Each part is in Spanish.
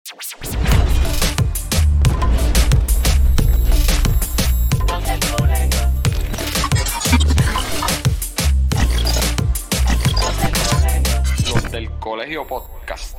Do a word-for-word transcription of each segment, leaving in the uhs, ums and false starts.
Los del Colegio Podcast.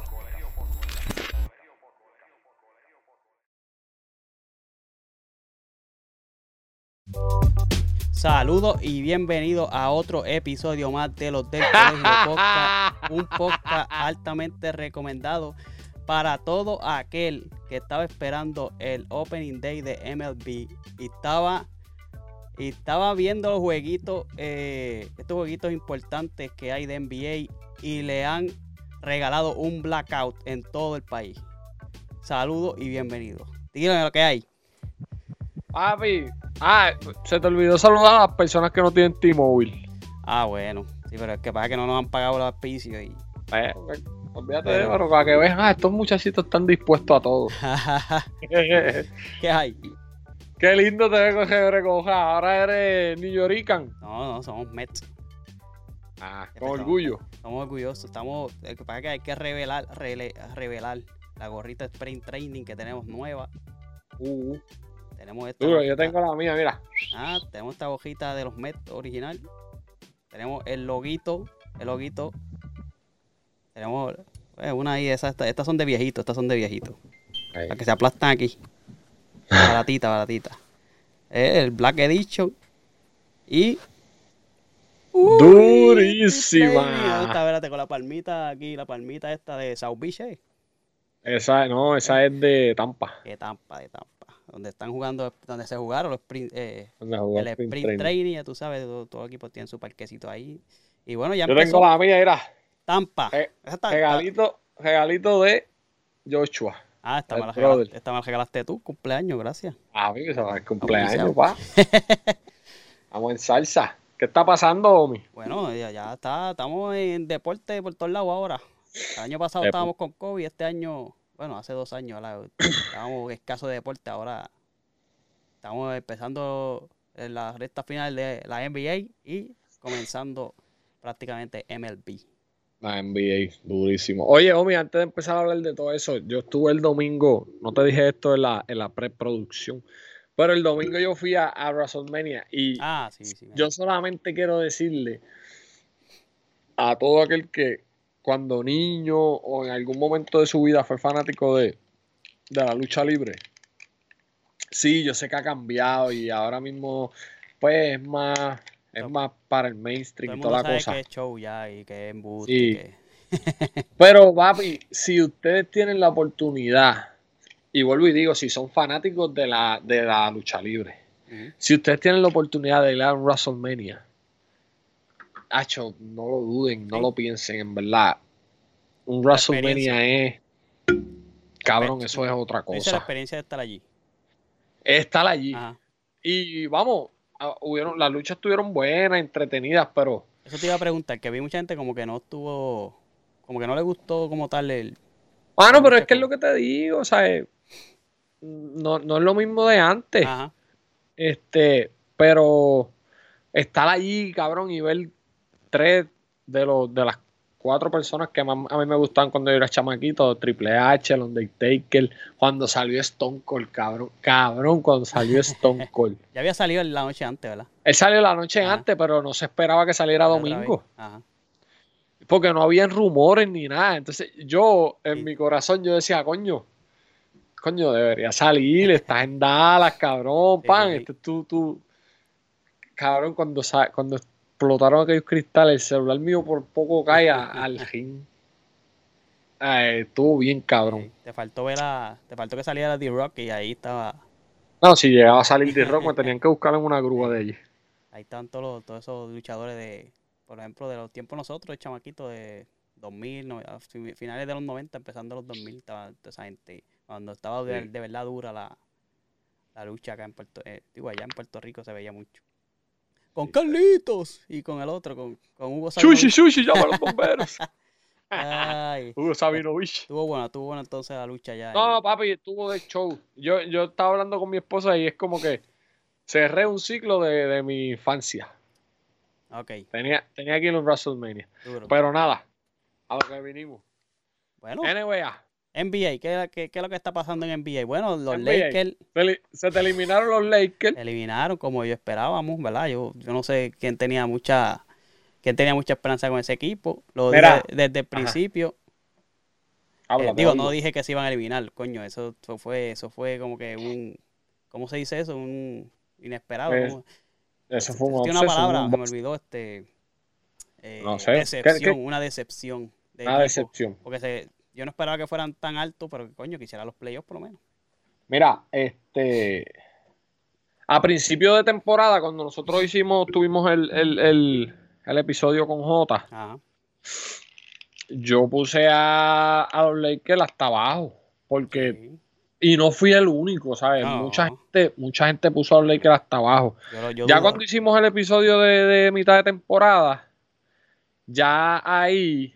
Saludos y bienvenidos a otro episodio más de los del Colegio Podcast, un podcast altamente recomendado para todo aquel que estaba esperando el Opening Day de M L B y estaba, y estaba viendo los jueguitos, eh, estos jueguitos importantes que hay de N B A y le han regalado un blackout en todo el país. Saludos y bienvenidos. Díganme lo que hay. Papi, ah, se te olvidó saludar a las personas que no tienen T-Mobile. Ah, bueno, sí, pero es que pasa que no nos han pagado los auspicios y... Eh, olvídate de eso, pero para que vean, ah, estos muchachitos están dispuestos a todo. ¿Qué hay? Qué lindo te ves con ese recoja. Ahora eres New Yorican. No, no, somos Mets. Ah, con Estamos- orgullo. Estamos orgullosos. Estamos, lo que pasa es que hay que revelar, rele- revelar la gorrita de Spring Training que tenemos nueva. Uh, Tenemos esta duro, yo hojita- tengo la mía, mira. Ah, tenemos esta hojita de los Mets original. Tenemos el loguito, el loguito. Tenemos eh, una ahí, esas, estas, estas son de viejitos, estas son de viejitos. Ahí. Las que se aplastan aquí. Baratita, baratita. Eh, el Black Edition. Y... Durísima. Esta, espérate, con la palmita aquí, la palmita esta de South Beach, eh. Esa, no, esa es de Tampa. De Tampa, de Tampa. Donde están jugando, donde se jugaron los sprint, eh, Donde jugó el Sprint sprint Training. training, ya tú sabes, todos todo equipos tienen su parquecito ahí. Y bueno, ya Yo empezó tengo la mía, mira. Tampa. Re- Esa está- Regalito, regalito de Joshua. Ah, esta me, el la regalaste, brother. esta me la regalaste tú, cumpleaños, gracias. Ah, mí, se va el cumpleaños, Auspiciado. pa. Vamos en salsa. ¿Qué está pasando, Omi? Bueno, ya, ya está, estamos en deporte por todos lados ahora. El año pasado Depo- estábamos con COVID, este año, bueno, hace dos años, ¿verdad? Estábamos escasos de deporte, ahora estamos empezando en la recta final de la N B A y comenzando prácticamente M L B. La N B A, durísimo. Oye, Omi, antes de empezar a hablar de todo eso, yo estuve el domingo, no te dije esto en la, en la preproducción, pero el domingo yo fui a, a WrestleMania y Ah, sí, sí. yo solamente quiero decirle a todo aquel que cuando niño o en algún momento de su vida fue fanático de, de la lucha libre, sí, yo sé que ha cambiado y ahora mismo pues es más, es Todo- más para el Todo mainstream el y mundo toda la sabe cosa. que es show ya y que es embuste. Sí. y que... Pero, papi, si ustedes tienen la oportunidad, y vuelvo y digo, si son fanáticos de la, de la lucha libre, Ujú. si ustedes tienen la oportunidad de ir a WrestleMania, hacho, no lo duden, no Sí. lo piensen, en verdad. Un La WrestleMania es, cabrón, eso es otra Esa es la cosa. experiencia de estar allí. Es estar allí. Ajá. Y vamos, ah, hubieron, las luchas estuvieron buenas, entretenidas, pero Eso te iba a preguntar, que vi mucha gente como que no estuvo, como que no le gustó como tal el... bueno, Hay pero muchas es que es lo cosas. que te digo, o sea, eh, no, no es lo mismo de antes. Ajá. Este, pero estar allí, cabrón, y ver tres de los de las cuatro personas que más a mí me gustaban cuando yo era chamaquito, Triple H, el Undertaker, cuando salió Stone Cold, cabrón, cabrón, cuando salió Stone Cold. Ya había salido la noche antes, ¿verdad? Él salió la noche Ajá. antes, pero no se esperaba que saliera Otra domingo, vez. Ajá. porque no habían rumores ni nada. Entonces yo, en Sí. mi corazón, yo decía, coño, coño, debería salir, estás en Dallas, cabrón, Sí, pan, sí, sí. este, tú, tú, cabrón, cuando, sa- cuando explotaron aquellos cristales, el celular mío por poco cae a- al ring. Ay, estuvo bien, cabrón. Sí, te faltó ver a, te faltó que saliera D-Rock y ahí estaba, No, si llegaba a salir de rock, me tenían que buscar en una grúa de allí. ahí estaban todos, los- todos esos luchadores de, por ejemplo, de los tiempos nosotros, de chamaquitos de dos mil, no, a fi- finales de los noventa, empezando los dos mil, estaba toda esa gente. Cuando estaba de, Sí. de verdad dura la, la lucha acá en Puerto, eh, digo, allá en Puerto Rico se veía mucho. Con Carlitos y con el otro, con, con Hugo Sushi, Sabinovich. sushi, llama a los bomberos. Ay, Hugo Sabinovich. estuvo bueno, estuvo bueno entonces la lucha ya. No, y- papi, estuvo de show. Yo, yo estaba hablando con mi esposa y es como que cerré un ciclo de, de mi infancia. Ok, Tenía, tenía que ir a un WrestleMania. duro. Pero nada, a lo que vinimos. Bueno, Anyway, ah, N B A, ¿qué, qué, qué es lo que está pasando en N B A? Bueno, los N B A. Lakers Se, li- se te eliminaron los Lakers. eliminaron como yo esperábamos, ¿verdad? Yo, yo no sé quién tenía mucha quién tenía mucha esperanza con ese equipo. Lo Mira. dije desde el Ajá. principio. Habla, Eh, te digo, oigo. no dije que se iban a eliminar, coño, eso, eso fue eso fue como que un ¿cómo se dice eso? Un inesperado. Eh, ¿cómo? Eso fue un Tiene una upset, eso fue palabra, un se me bust. olvidó, este eh, No sé. ¿Qué- decepción, qué? una decepción de Una equipo, decepción. porque se, yo no esperaba que fueran tan altos, pero que coño, quisiera los playoffs por lo menos. Mira, este. A principio de temporada, cuando nosotros hicimos, tuvimos el, el, el, el episodio con Jota, Ajá. yo puse a, a los Lakers hasta abajo. Porque. Sí. Y no fui el único, ¿sabes? No. Mucha gente, mucha gente puso a los Lakers hasta abajo. Yo, lo- yo Ya dudo. cuando hicimos el episodio de, de mitad de temporada, ya ahí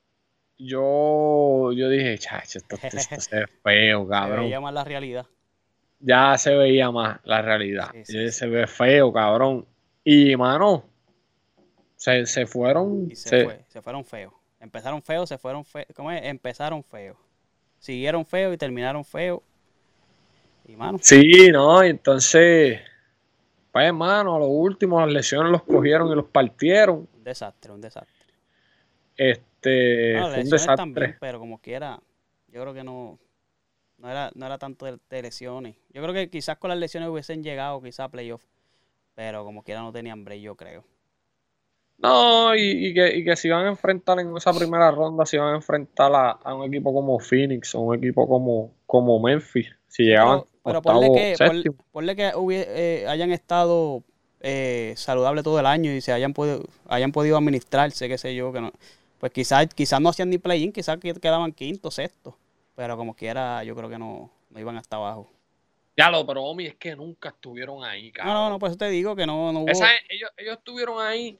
yo, yo dije, chacho, esto, esto, esto se ve feo, Se cabrón. veía más la realidad. Ya se veía más la realidad. Sí, sí, Y sí. se ve feo, cabrón. Y, mano, se, se fueron. Y se, se- fue, se fueron feos. Empezaron feos, se fueron feos. ¿Cómo es? Empezaron feos. Siguieron feos y terminaron feos. Y mano, Sí, ¿no? Y entonces, pues, mano, a lo último, las lesiones los cogieron y los partieron. un desastre, un desastre. Este, Bueno, fue un lesiones también, desastre. pero como quiera, yo creo que no, no era, no era tanto de, de lesiones. Yo creo que quizás con las lesiones hubiesen llegado quizás a playoff, pero como quiera no tenían break, yo creo. No, y, y que, y que se iban a enfrentar en esa primera ronda, se iban a enfrentar a, a un equipo como Phoenix o un equipo como, como Memphis. Si Sí, llegaban pero, pero ponle octavo, que, pon- séptimo. ponle que hubie- eh, hayan estado eh, saludables todo el año y se hayan podido, hayan podido administrarse, qué sé yo, que no, pues quizás, quizás no hacían ni play-in, quizás que- quedaban quinto, sexto, pero como quiera, yo creo que no, no iban hasta abajo. Ya lo, pero Omi, es que nunca estuvieron ahí, No, cabrón. no, no, por eso te digo que no, no hubo. Esa- ellos, ellos estuvieron ahí.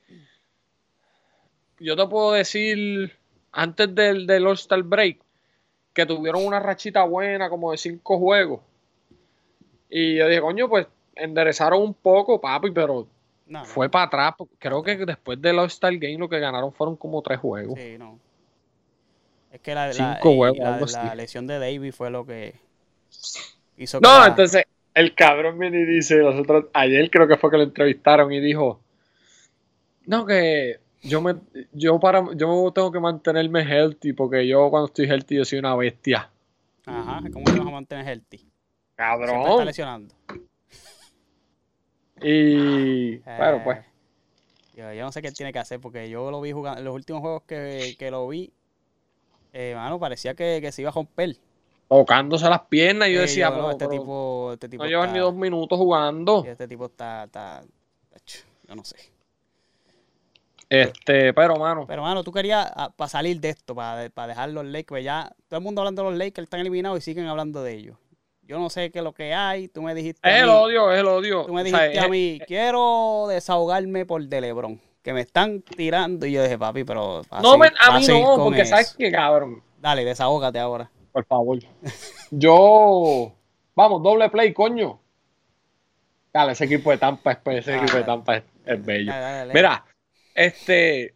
Yo te puedo decir, antes del, del All-Star Break, que tuvieron una rachita buena, como de cinco juegos. Y yo dije, coño, pues enderezaron un poco, papi, pero No, no, fue no. para atrás. porque Creo Para que después del All-Star Game lo que ganaron fueron como tres juegos. Sí, no. Es que la, la, Cinco y juegos, la, algo la así. lesión de Davis fue lo que hizo que No, la- entonces el cabrón viene y dice, nosotros, ayer creo que fue que lo entrevistaron y dijo, no, que yo me, yo para, yo tengo que mantenerme healthy, porque yo cuando estoy healthy yo soy una bestia. Ajá, ¿cómo te vas a mantener healthy? Siempre está Cabrón. lesionando. Y bueno, Eh, pues, yo, yo no sé qué él tiene que hacer porque yo lo vi jugando. En los últimos juegos que, que lo vi, eh, mano, parecía que, que se iba a romper. tocándose las piernas, y yo Eh, decía, yo, no, pero, este pero tipo, este tipo no llevan está, ni dos minutos jugando. este tipo está, está, ach, yo no sé. Este, pero mano, Pero, mano, tú querías, para salir de esto, para dejar los Lakers, pues ya todo el mundo hablando de los Lakers, están eliminados y siguen hablando de ellos. Yo no sé qué es lo que hay, tú me dijiste es a el mí, odio, es el odio. tú me O sea, dijiste a es- mí, quiero desahogarme por de LeBron, que me están tirando, y yo dije, papi, pero va no, me, seguir- a va mí seguir no, con porque eso. sabes que, cabrón, Dale, desahógate ahora. por favor. Yo, vamos, doble play, coño. Dale, ese equipo de Tampa es, ese Dale, equipo de dale. Tampa es, es bello. Dale, dale, dale. Mira, este,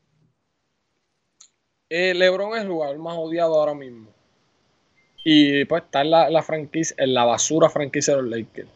eh, LeBron es el jugador más odiado ahora mismo. Y pues está en la, la franquicia, en la basura franquicia de los Lakers.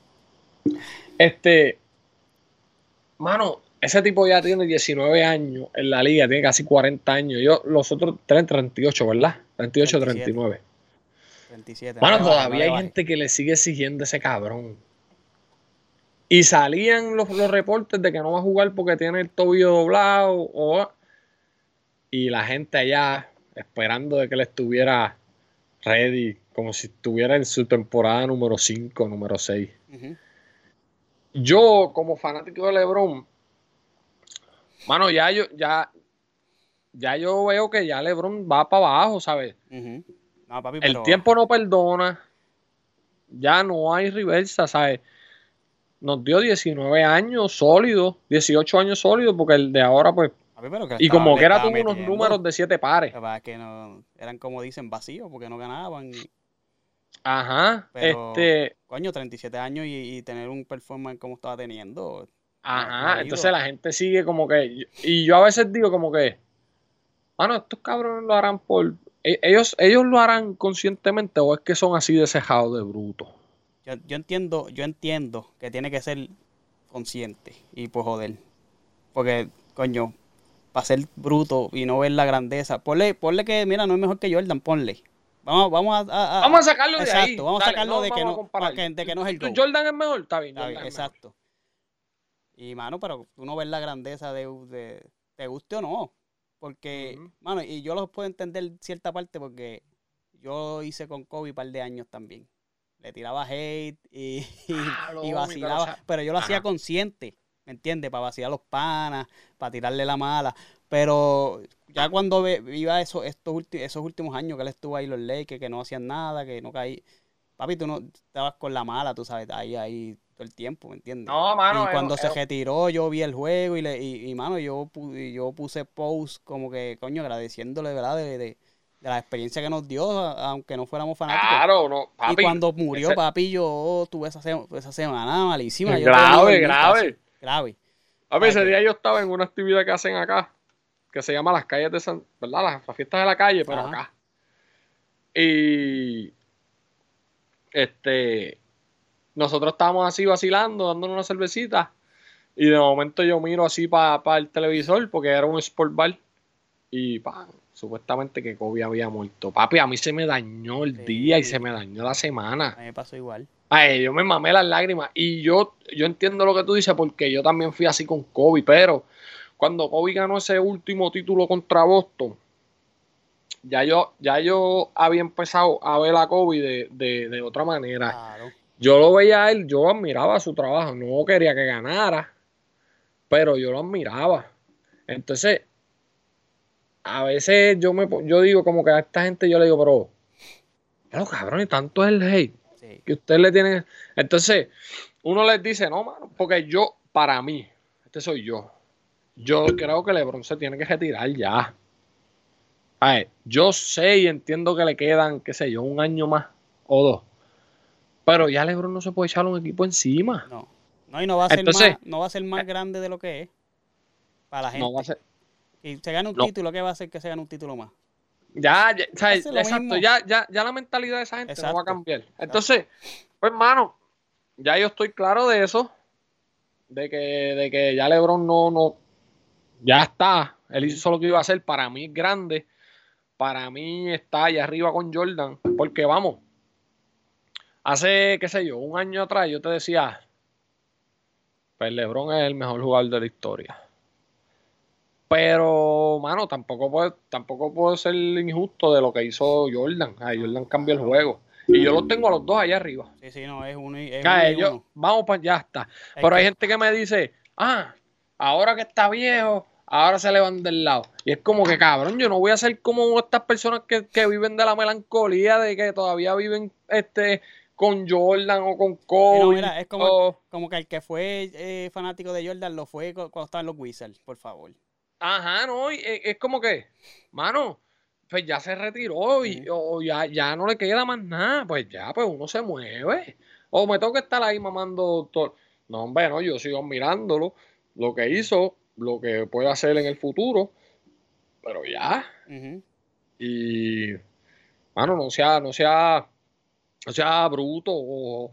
Este, mano, ese tipo ya tiene diecinueve años en la liga, tiene casi cuarenta años. Yo, los otros tienen treinta y ocho, ¿verdad? treinta y ocho, treinta y nueve. treinta y siete. Mano, no le bajes, todavía no le hay bajes. gente que le sigue exigiendo a ese cabrón. Y salían los, los reportes de que no va a jugar porque tiene el tobillo doblado. O, y la gente allá esperando de que él estuviera ready, como si estuviera en su temporada número cinco, número seis. Ujú. Yo, como fanático de LeBron, mano, ya yo, ya, ya yo veo que ya LeBron va para abajo, ¿sabes? Ujú. No, papi, El pero tiempo no perdona. Ya no hay reversa, ¿sabes? Nos dio diecinueve años sólidos, dieciocho años sólidos, porque el de ahora, pues. papi, pero que le Y estaba- como le que era estaba tuvo unos metiendo. números de siete pares. Lo que pasa es que no, eran como dicen vacíos porque no ganaban. y- Ajá. Pero, Este. coño, treinta y siete años y, y tener un performance como estaba teniendo. no- Ajá. no ha habido. Entonces la gente sigue como que. Y yo a veces digo como que. Mano, estos cabrones lo harán por e- ellos, ellos lo harán conscientemente o es que son así de cejados de bruto. Yo, yo entiendo, yo entiendo que tiene que ser consciente y pues joder. Porque, coño, para ser bruto y no ver la grandeza, ponle, ponle que, mira, no es mejor que Jordan, ponle. Vamos, vamos a, a- a- Vamos a sacarlo de exacto, ahí. vamos a Dale, sacarlo no de, que vamos a no, comparar. que- de que no es el ¿Tú- GOAT. Jordan es mejor, está bien. Está Jordan bien, es mejor. exacto. Y, mano, pero tú no ves la grandeza de, de te guste o no. Porque, Ujú. mano, y yo los puedo entender cierta parte porque yo hice con Kobe un par de años también. Le tiraba hate y, y, Ah, y Lomi, vacilaba, pero, o sea, pero yo lo hacía ajá. consciente, ¿me entiendes? Para vacilar los panas, para tirarle la mala. Pero ya cuando ve- iba eso, estos ulti- esos últimos años que él estuvo ahí en los Lakers, que no hacían nada, que no caí. Papi, tú no estabas con la mala, tú sabes, ahí, ahí todo el tiempo, ¿me entiendes? No, mano, Y es- cuando se es- retiró, yo vi el juego y, le, y, y mano, yo, pu- y yo puse post como que, coño, agradeciéndole, ¿verdad? De, de, de la experiencia que nos dio, a- aunque no fuéramos fanáticos. claro, no, Y papi. cuando murió, ese- papi, yo tuve esa, se- esa semana malísima. Yo Grave, no podía dormir grave. casi. Grave. Papi, ¿Sabes ese qué? día yo estaba en una actividad que hacen acá, que se llama las calles de San, ¿verdad? Las, las fiestas de la calle, pero Ajá. acá. Y este, nosotros estábamos así vacilando, dándonos una cervecita, y de momento yo miro así para el televisor, porque era un sport bar, y pa, supuestamente que Kobe había muerto. Papi, a mí se me dañó el Sí. día y se me dañó la semana. A mí me pasó igual. Ay, yo me mamé las lágrimas. Y yo, yo entiendo lo que tú dices porque yo también fui así con Kobe. Pero cuando Kobe ganó ese último título contra Boston, ya yo, ya yo había empezado a ver a Kobe de, de, de otra manera. Claro. Yo lo veía a él, yo admiraba su trabajo. No quería que ganara, pero yo lo admiraba. Entonces, a veces yo me yo digo como que a esta gente yo le digo, pero, pero cabrón, y tanto es el hate Sí. que ustedes le tienen. Entonces, uno les dice, no, mano, porque yo, para mí, este soy yo. Yo creo que LeBron se tiene que retirar ya. Ay, yo sé y entiendo que le quedan, qué sé yo, un año más o dos. Pero ya LeBron no se puede echar un equipo encima. No. No, y no va a ser Entonces, más, no va a ser más grande de lo que es para la gente. no va a ser. Y se gana un No. título, ¿qué va a hacer que se gane un título más? Ya, ya, o sea, Hace lo exacto, mismo. ya, ya, ya la mentalidad de esa gente no va a Exacto. cambiar. Entonces, pues, hermano, ya yo estoy claro de eso, de que, de que ya LeBron no, no, ya está. Él hizo lo que iba a hacer. Para mí es grande. Para mí está allá arriba con Jordan. Porque vamos, hace, qué sé yo, un año atrás yo te decía, pues LeBron es el mejor jugador de la historia. Pero, mano, tampoco puedo, tampoco puedo ser injusto de lo que hizo Jordan. Ay, Jordan cambió el juego. Y yo los tengo a los dos allá arriba. Sí, sí, no, es uno y, es O sea, uno y ellos- uno. vamos para allá está. Hay Pero hay que- gente que me dice, ah, ahora que está viejo, ahora se le van del lado. Y es como que, cabrón, yo no voy a ser como estas personas que, que viven de la melancolía, de que todavía viven este con Jordan o con Sí, Kobe. no, mira, es como, o- como que el que fue eh, fanático de Jordan lo fue cu- cuando estaban los Wizards, por favor. Ajá, no, y es, es como que, mano, pues ya se retiró y Ujú. o ya, ya no le queda más nada, pues ya, pues uno se mueve. O me tengo que estar ahí mamando todo. No, hombre, no, yo sigo mirándolo, lo que hizo, lo que puede hacer en el futuro, pero ya. Ujú. Y, mano, no sea, no sea, no sea bruto o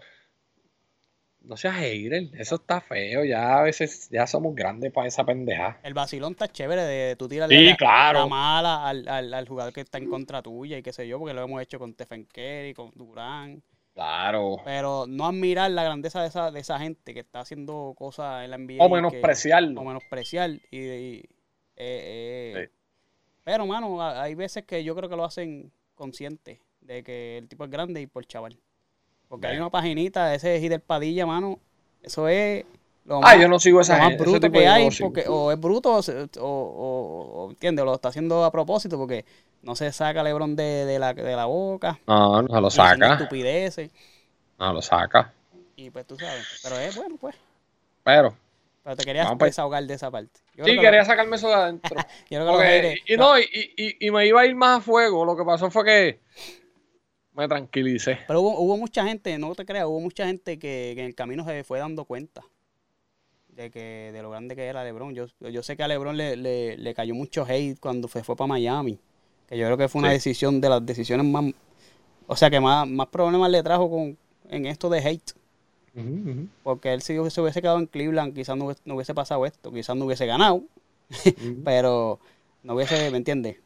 no sea hater, eso está feo, ya a veces ya somos grandes para esa pendeja. El vacilón está chévere de tú tirarle Sí, la, claro. la mala al, al, al jugador que está en contra tuya y qué sé yo, porque lo hemos hecho con Stephen Curry, con Durán. Claro. Pero no admirar la grandeza de esa, de esa gente que está haciendo cosas en la N B A. O y que- menospreciarlo. o menospreciar. Y, y, eh, eh, Sí. Pero, mano, ha- hay veces que yo creo que lo hacen consciente de que el tipo es grande y por chaval. Porque hay Ve. una paginita, ese Hider Padilla, mano, eso es lo Ah, más, yo no sigo lo esa más gente, ese bruto tipo que yo no hay, lo sigo. porque o es bruto o, se- o, o, o, ¿entiendes? O lo está haciendo a propósito porque no se saca LeBron de, de, la, de la boca, No, no se lo diciendo saca. estupideces, No lo saca. y pues tú sabes. Pero es bueno, pues. Pero, Pero te querías Vamos, pues. desahogar de esa parte. Yo sí, creo que quería lo- sacarme eso de adentro. yo creo que los Porque- haters- y, y no, y, y, y me iba a ir más a fuego. Lo que pasó fue que me tranquilicé. Pero hubo, hubo mucha gente, no te creas, hubo mucha gente que, que en el camino se fue dando cuenta de que de lo grande que era LeBron. Yo, yo sé que a LeBron le, le, le cayó mucho hate cuando se fue para Miami. Que yo creo que fue una Sí. decisión de las decisiones más... O sea, que más, más problemas le trajo con, en esto de hate. Ujú, ujú. Porque él si se hubiese quedado en Cleveland, quizás no hubiese, no hubiese pasado esto. Quizás no hubiese ganado. Ujú. Pero no hubiese, ¿me entiendes?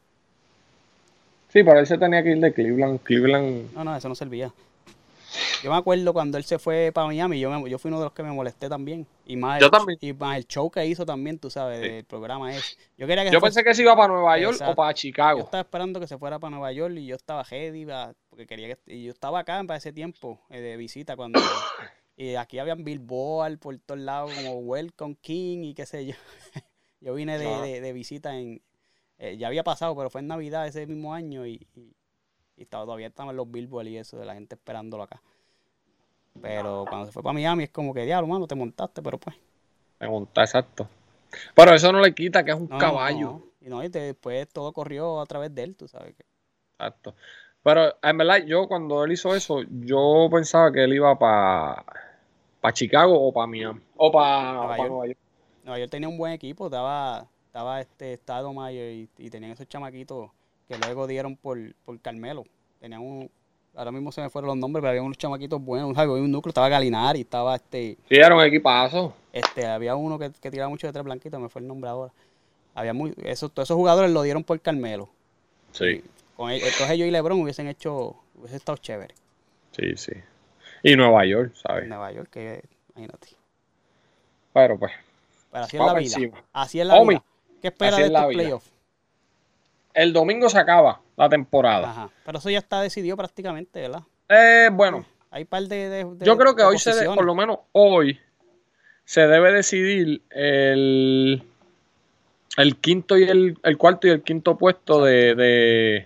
Sí, pero él se tenía que ir de Cleveland. Cleveland. No, no, eso no servía. Yo me acuerdo cuando él se fue para Miami, yo, me, yo fui uno de los que me molesté también. Y más, Yo el, también. y más el show que hizo también, tú sabes, Sí. del programa ese. Yo quería que Yo se fuese- pensé que se iba para Nueva York Exacto. o para Yo Chicago. estaba esperando que se fuera para Nueva York y yo estaba heavy, va, porque quería que... Y yo estaba acá para ese tiempo eh, de visita cuando... Y aquí habían billboard por todos lados como Welcome King y qué sé yo. Yo vine de, Ajá. de, de visita en... eh, ya había pasado, pero fue en Navidad ese mismo año y, y, y estaba, todavía estaban los billboards y eso de la gente esperándolo acá. Pero cuando se fue para Miami es como que, diablo, mano, te montaste, pero pues... Me monta, exacto. Pero eso no le quita que es un No, no, caballo. no. Y no, y después todo corrió a través de él, tú sabes que... Exacto. Pero en verdad, yo cuando él hizo eso, yo pensaba que él iba para pa Chicago o para Miami. O para Nueva York. Nueva York. Nueva York tenía un buen equipo, estaba, estaba este Stoudemire y, y tenían esos chamaquitos que luego dieron por, por Carmelo. Tenían un, ahora mismo se me fueron los nombres, pero había unos chamaquitos buenos, había un núcleo, estaba Galinari, estaba este, Sí, era un equipazo. este, había uno que, que tiraba mucho de tres blanquitos, me fue el nombre ahora. Había muy, esos, todos esos jugadores lo dieron por Carmelo. Sí, Y con ellos, entonces ellos y LeBron hubiesen hecho, hubiese estado chévere. sí, sí. Y Nueva York, En ¿sabes? Nueva York, que imagínate. Pero pues, Pero así es vamos la por vida. encima. Así es la Homie, vida. ¿Qué espera así de es la estos vida. playoffs? El domingo se acaba la temporada. Ajá. Pero eso ya está decidido prácticamente, ¿verdad? Eh, bueno, Hay par de, de, de yo creo que de hoy se, de- posiciones. por lo menos hoy, se debe decidir el, el quinto y el, el cuarto y el quinto puesto de, Exacto. de-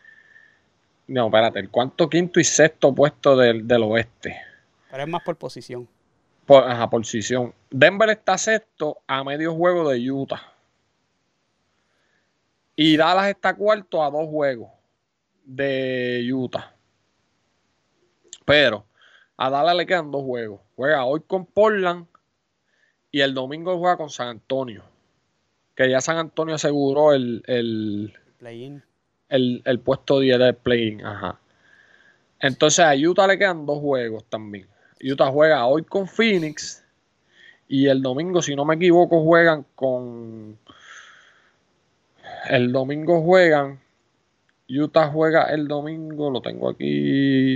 no, espérate, el cuarto, quinto y sexto puesto del, del oeste. Pero es más por posición. Por, ajá, posición. Denver está sexto a medio juego de Utah. Y Dallas está cuarto a dos juegos de Utah. Pero a Dallas le quedan dos juegos. Juega hoy con Portland y el domingo juega con San Antonio. Que ya San Antonio aseguró el, el, Play-in. el, el puesto diez del play-in. Ajá. Entonces a Utah le quedan dos juegos también. Utah juega hoy con Phoenix y el domingo, si no me equivoco, juegan con... El domingo juegan... Utah juega el domingo, lo tengo aquí...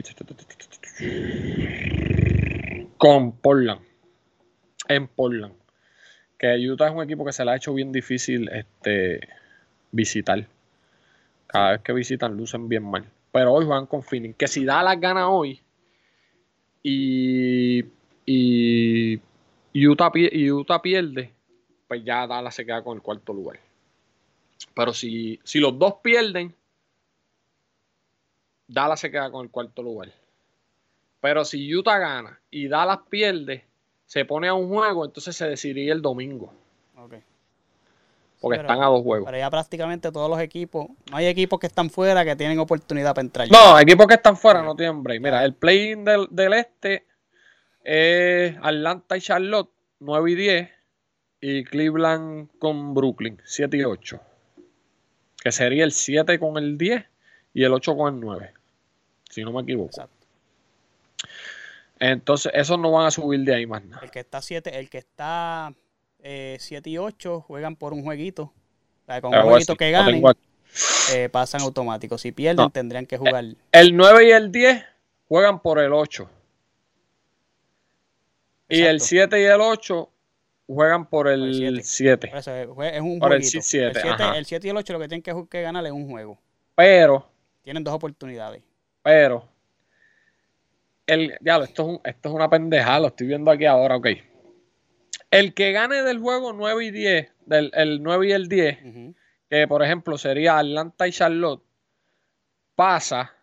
Con Portland. En Portland. Que Utah es un equipo que se le ha hecho bien difícil este, visitar. Cada vez que visitan lucen bien mal. Pero hoy juegan con Phoenix. Que si Dallas gana hoy y, y Utah, y Utah pierde, pues ya Dallas se queda con el cuarto lugar. Pero si, si los dos pierden, Dallas se queda con el cuarto lugar. Pero si Utah gana y Dallas pierde, se pone a un juego, entonces se decidiría el domingo. Ok. Porque Sí, están pero, a dos juegos. pero ya prácticamente todos los equipos, no hay equipos que están fuera que tienen oportunidad para entrar. No, equipos que están fuera Sí. no tienen break. Ya. Mira, el play-in del, del este es Atlanta y Charlotte, nueve y diez. Y Cleveland con Brooklyn, siete y ocho. Que sería el siete con el diez y el ocho con el nueve. Si no me equivoco. Exacto. Entonces, esos no van a subir de ahí más nada. El que está siete, el que está eh, siete y ocho juegan por un jueguito. O sea, con Te un voy a jueguito decir, que lo ganen, tengo aquí. eh, pasan automáticos. Si pierden, No. tendrían que jugar. El nueve y el diez juegan por el ocho. Y el Exacto. siete y el ocho juegan por Por el el siete. siete. Por eso es, es un Por el jueguito. siete, El siete, ajá. el siete y el ocho lo que tienen que, ju- que ganar es un juego. Pero, Tienen dos oportunidades. pero, el, ya, esto es, un, esto es una pendejada, lo estoy viendo aquí ahora, ok. El que gane del juego nueve y diez, del el nueve y el diez, Ujú. que por ejemplo sería Atlanta y Charlotte, pasa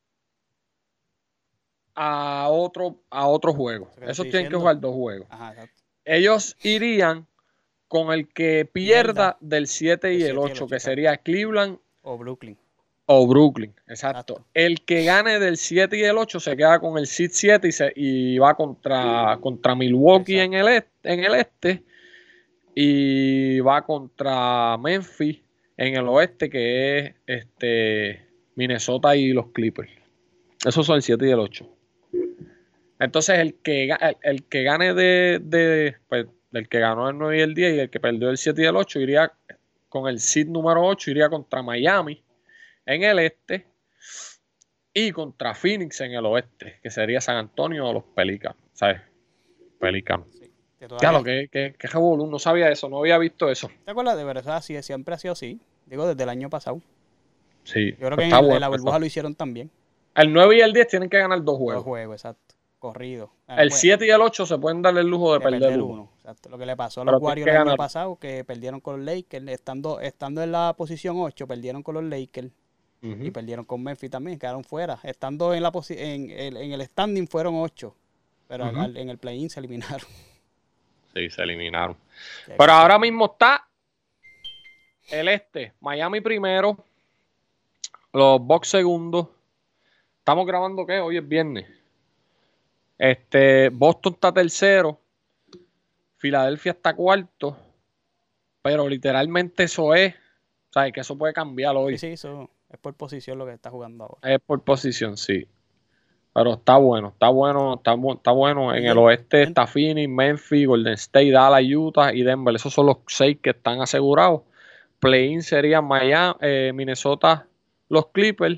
a otro, a otro juego. Eso que te Esos estoy tienen que diciendo. jugar dos juegos. Ajá, exacto. Ellos irían con el que pierda Pierda del siete y del el siete y el ocho, ocho, que exacto. sería Cleveland O Brooklyn. o Brooklyn. Exacto. Exacto. El que gane del siete y el ocho se queda con el seed siete y, se, y va contra, contra Milwaukee en el, este, en el este y va contra Memphis en el oeste, que es este Minnesota y los Clippers. Esos son el siete y el ocho. Entonces, el que, el, el que gane de, de pues, del que ganó el nueve y el diez y el que perdió el siete y el ocho iría con el seed número ocho, iría contra Miami en el este y contra Phoenix en el oeste, que sería San Antonio o los Pelicans, ¿sabes? Pelicans. Sí. Ya lo que, que, que revolú, no sabía eso, no había visto eso. ¿Te acuerdas? De verdad, sí, siempre ha sido así. Digo, desde el año pasado. Sí, Yo creo pues que en está el de bueno la burbuja eso. lo hicieron también. El nueve y el diez tienen que ganar dos Dos juegos. juegos, exacto. Corrido. Ah, El pues, siete y el ocho se pueden dar el lujo de, de perder, perder uno. uno. Exacto. Lo que le pasó a Pero los tienen Warriors que el año ganar. pasado, que perdieron con los Lakers, estando, estando en la posición ocho, perdieron con los Lakers. Uh-huh. Y perdieron con Memphis también, quedaron fuera. Estando en la posi- en, el, en el standing fueron ocho. Pero al- Uh-huh. al- en el play-in se eliminaron. Sí, se eliminaron. Que- Pero que ahora se- mismo está el este, Miami primero, los Bucks segundo. Estamos grabando, ¿qué? Hoy es viernes. Este, Boston está tercero, Filadelfia está cuarto, pero literalmente eso es, ¿sabes? Que eso puede cambiar hoy. Sí, sí, eso es por posición lo que está jugando ahora. Es por posición, sí. Pero está bueno, está bueno, está, bu- está bueno. En Y el en- oeste en- está Phoenix, Memphis, Golden State, Dallas, Utah y Denver. Esos son los seis que están asegurados. Play-in serían Miami, eh, Minnesota, los Clippers,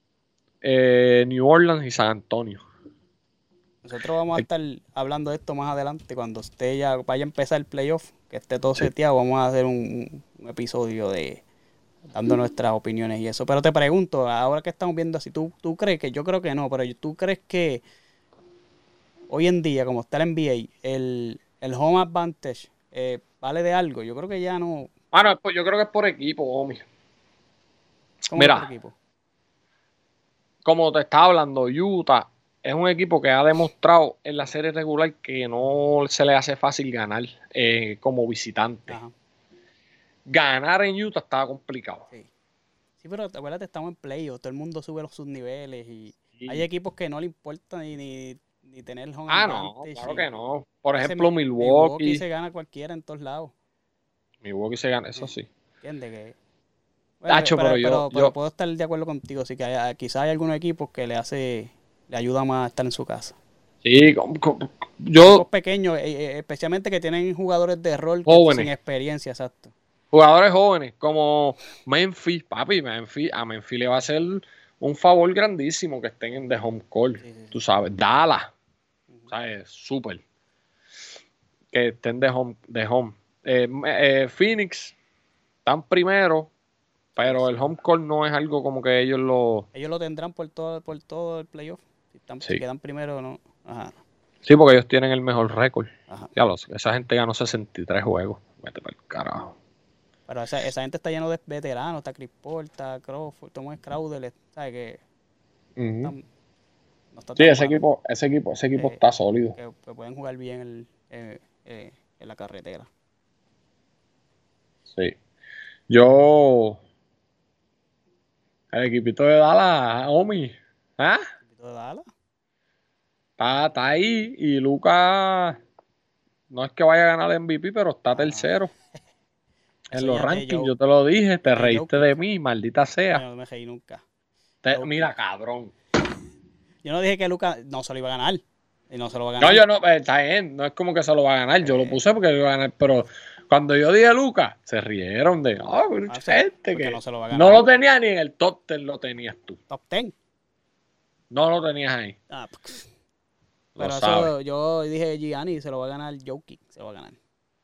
eh, New Orleans y San Antonio. Nosotros vamos a El- estar hablando de esto más adelante cuando esté ya vaya a empezar el playoff, que esté todo Sí. seteado. Vamos a hacer un, un episodio de dando nuestras opiniones y eso. Pero te pregunto, ahora que estamos viendo así, ¿tú, tú crees que, yo creo que no, pero tú crees que hoy en día, como está el N B A, el, el home advantage eh, vale de algo? Yo creo que ya no. Ah, no, pues yo creo que es por equipo, homie. ¿Cómo Mira. es por equipo? Como te estaba hablando, Utah es un equipo que ha demostrado en la serie regular que no se le hace fácil ganar eh, como visitante. Ajá. Ganar en Utah estaba complicado. Sí. Sí, pero acuérdate, estamos en playoff, todo el mundo sube los sus niveles y Sí. hay equipos que no le importa ni, ni, ni tener home Ah, no, advantage. claro y- que no. Por ese ejemplo, Mi- Milwaukee. se gana cualquiera en todos lados. Milwaukee se gana, eso sí. ¿Entiendes? Que, bueno, Tacho, pero, pero yo- pero- pero yo- puedo estar de acuerdo contigo. Sí que hay- quizás hay algunos equipos que le hace le ayuda más a estar en su casa. Sí, com- com- Equipos yo, pequeños, eh, eh, especialmente que tienen jugadores de rol que- Jóvenes. sin experiencia, exacto. jugadores jóvenes como Memphis, papi, Memphis, a Memphis le va a hacer un favor grandísimo que estén en the home court, Sí, sí, sí. tú sabes, Dallas, ¿sabes? Súper. Que estén de home. De home. Eh, eh, Phoenix están primero, pero el home court no es algo como que ellos lo... Ellos lo tendrán por todo, por todo el playoff. Si, están, Sí. si quedan primero o no. Ajá, Sí, porque ellos tienen el mejor récord. ajá. Ya lo sé, esa gente ganó sesenta y tres juegos. Vete para el carajo. Pero esa, esa gente está lleno de veteranos, está Chris Paul, está Crawford, Thomas Crowder, ¿sabes? Que Ujú. están- no está Sí, tan ese malo, equipo, ese equipo, ese equipo Eh, está sólido. que, que pueden jugar bien el, eh, eh, en la carretera. Sí. Yo. El equipito de Dallas, Omi. ¿Ah? ¿Equipito de Dallas? Está, está ahí. Y Lucas. No es que vaya a ganar el M V P, pero está Ah. tercero. En Eso los ya te rankings, yo- yo te lo dije. Te de reíste Jokic. de mí, maldita sea. Yo no me reí nunca. Te- Jokic. mira, cabrón. Yo no dije que Lucas no se lo iba a ganar. Y no se lo va a ganar. No, yo no, eh, está bien, no es como que se lo va a ganar, yo lo Eh. puse porque lo iba a ganar, pero cuando yo dije Lucas, se rieron de, no, Ah, mucha sí, gente porque que no se lo va a no ganar. lo tenía ni en el top ten, lo tenías tú, Top diez. no lo tenías ahí, Ah, pues. lo Pero sabes. eso, yo dije Gianni se lo va a ganar Jokic, se lo va a ganar.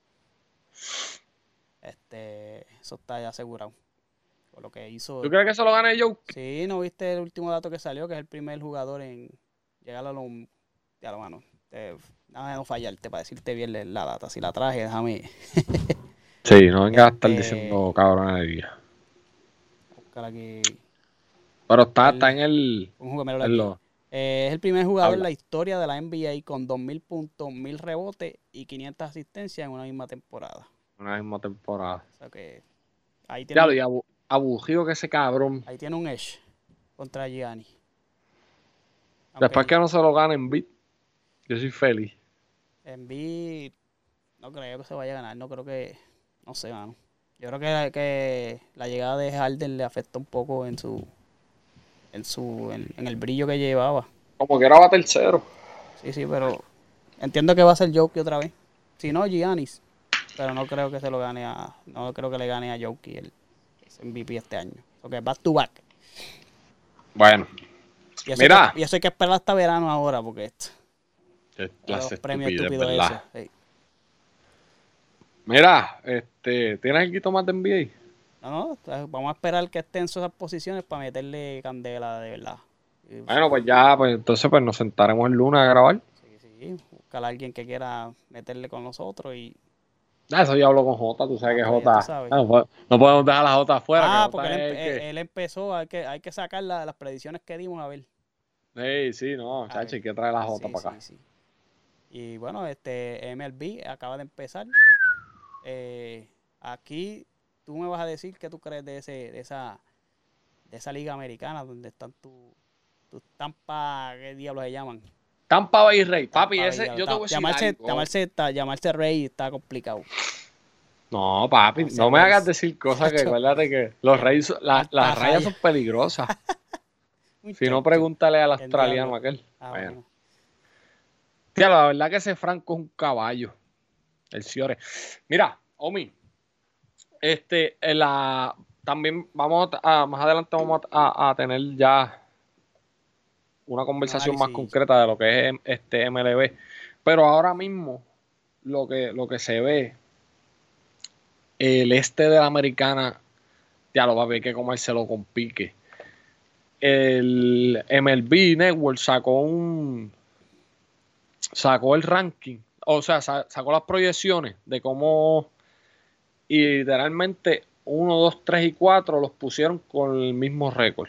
Este, eso está ya asegurado. Por lo que hizo. ¿Tú crees que se lo gane yo? Sí, ¿no viste el último dato que salió? Que es el primer jugador en llegar a los... Ya lo mano. Te, déjame no fallarte para decirte bien la data. Si la traje, déjame Sí, no vengas a estar Este- diciendo cabronería. buscar aquí. Pero está, El- está en el, Un jugador en aquí. lo- Eh, es el primer jugador Habla. en la historia de la N B A con dos mil puntos, mil rebotes y quinientas asistencias en una misma temporada. una misma temporada. O sea que ahí Ya tiene, lo y abu- aburrido que ese cabrón. ahí tiene un edge contra Gianni. Aunque Después que no se lo gane en beat, yo soy feliz. Embiid no creo que se vaya a ganar, no creo que, no sé, mano. Yo creo que, que la llegada de Harden le afectó un poco en su en su en, en el brillo que llevaba. Como que era tercero. Sí, sí, pero entiendo que va a ser Jokic otra vez. Si no, Giannis. Pero no creo que se lo gane a no creo que le gane a Jokic el M V P este año. Porque back to back. Bueno. Y eso, Mira. Hay que, y eso hay que esperar hasta verano ahora porque esto. Los premios estúpidos ¿verdad? Eso, sí. Mira, este, ¿tienes algo más de N B A? No, no, vamos a esperar que estén en esas posiciones para meterle candela de verdad. Y, bueno, pues ya, pues entonces pues nos sentaremos el lunes a grabar. Sí, sí, buscar a alguien que quiera meterle con nosotros y... Ah, eso ya hablo con Jota, tú sabes Ah, que pues, Jota... tú sabes. Ah, no, no podemos dejar a la Jota afuera. Ah, que porque Jota él, es empe- el él, que... él empezó, hay que, hay que sacar la- las predicciones que dimos a ver. Sí, sí, no, A chacho, ver. hay que traer a la Jota Sí, para acá. sí, sí. Y bueno, este M L B acaba de empezar. Eh, aquí tú me vas a decir qué tú crees de ese, de esa, de esa liga americana donde están tus tu Tampa, ¿qué diablos se llaman? Tampa Bay Rey, papi, Tampa Bay, ese, diablos. yo te Ta- voy a decir llamarse, algo. llamarse, ta- llamarse Rey está complicado. No, papi, Llamarse no me hagas Rays. decir cosas que Chacho, acuérdate que los qué Reyes, la- alta las rayas raya. son peligrosas. Si no, Muchacho, pregúntale al el australiano diablo. aquel. Ah, Bueno. bueno. Tía, la verdad que ese Franco es un caballo. El Ciore. Mira, Omi, este, en la, también vamos a, más adelante vamos a, a tener ya una Un conversación más análisis. concreta de lo que es este M L B. Pero ahora mismo, lo que, lo que se ve, el este de la americana, ya lo va a ver que comérselo con pique. El M L B Network sacó un sacó el ranking, o sea, sacó las proyecciones de cómo, y literalmente uno, dos, tres y cuatro los pusieron con el mismo récord.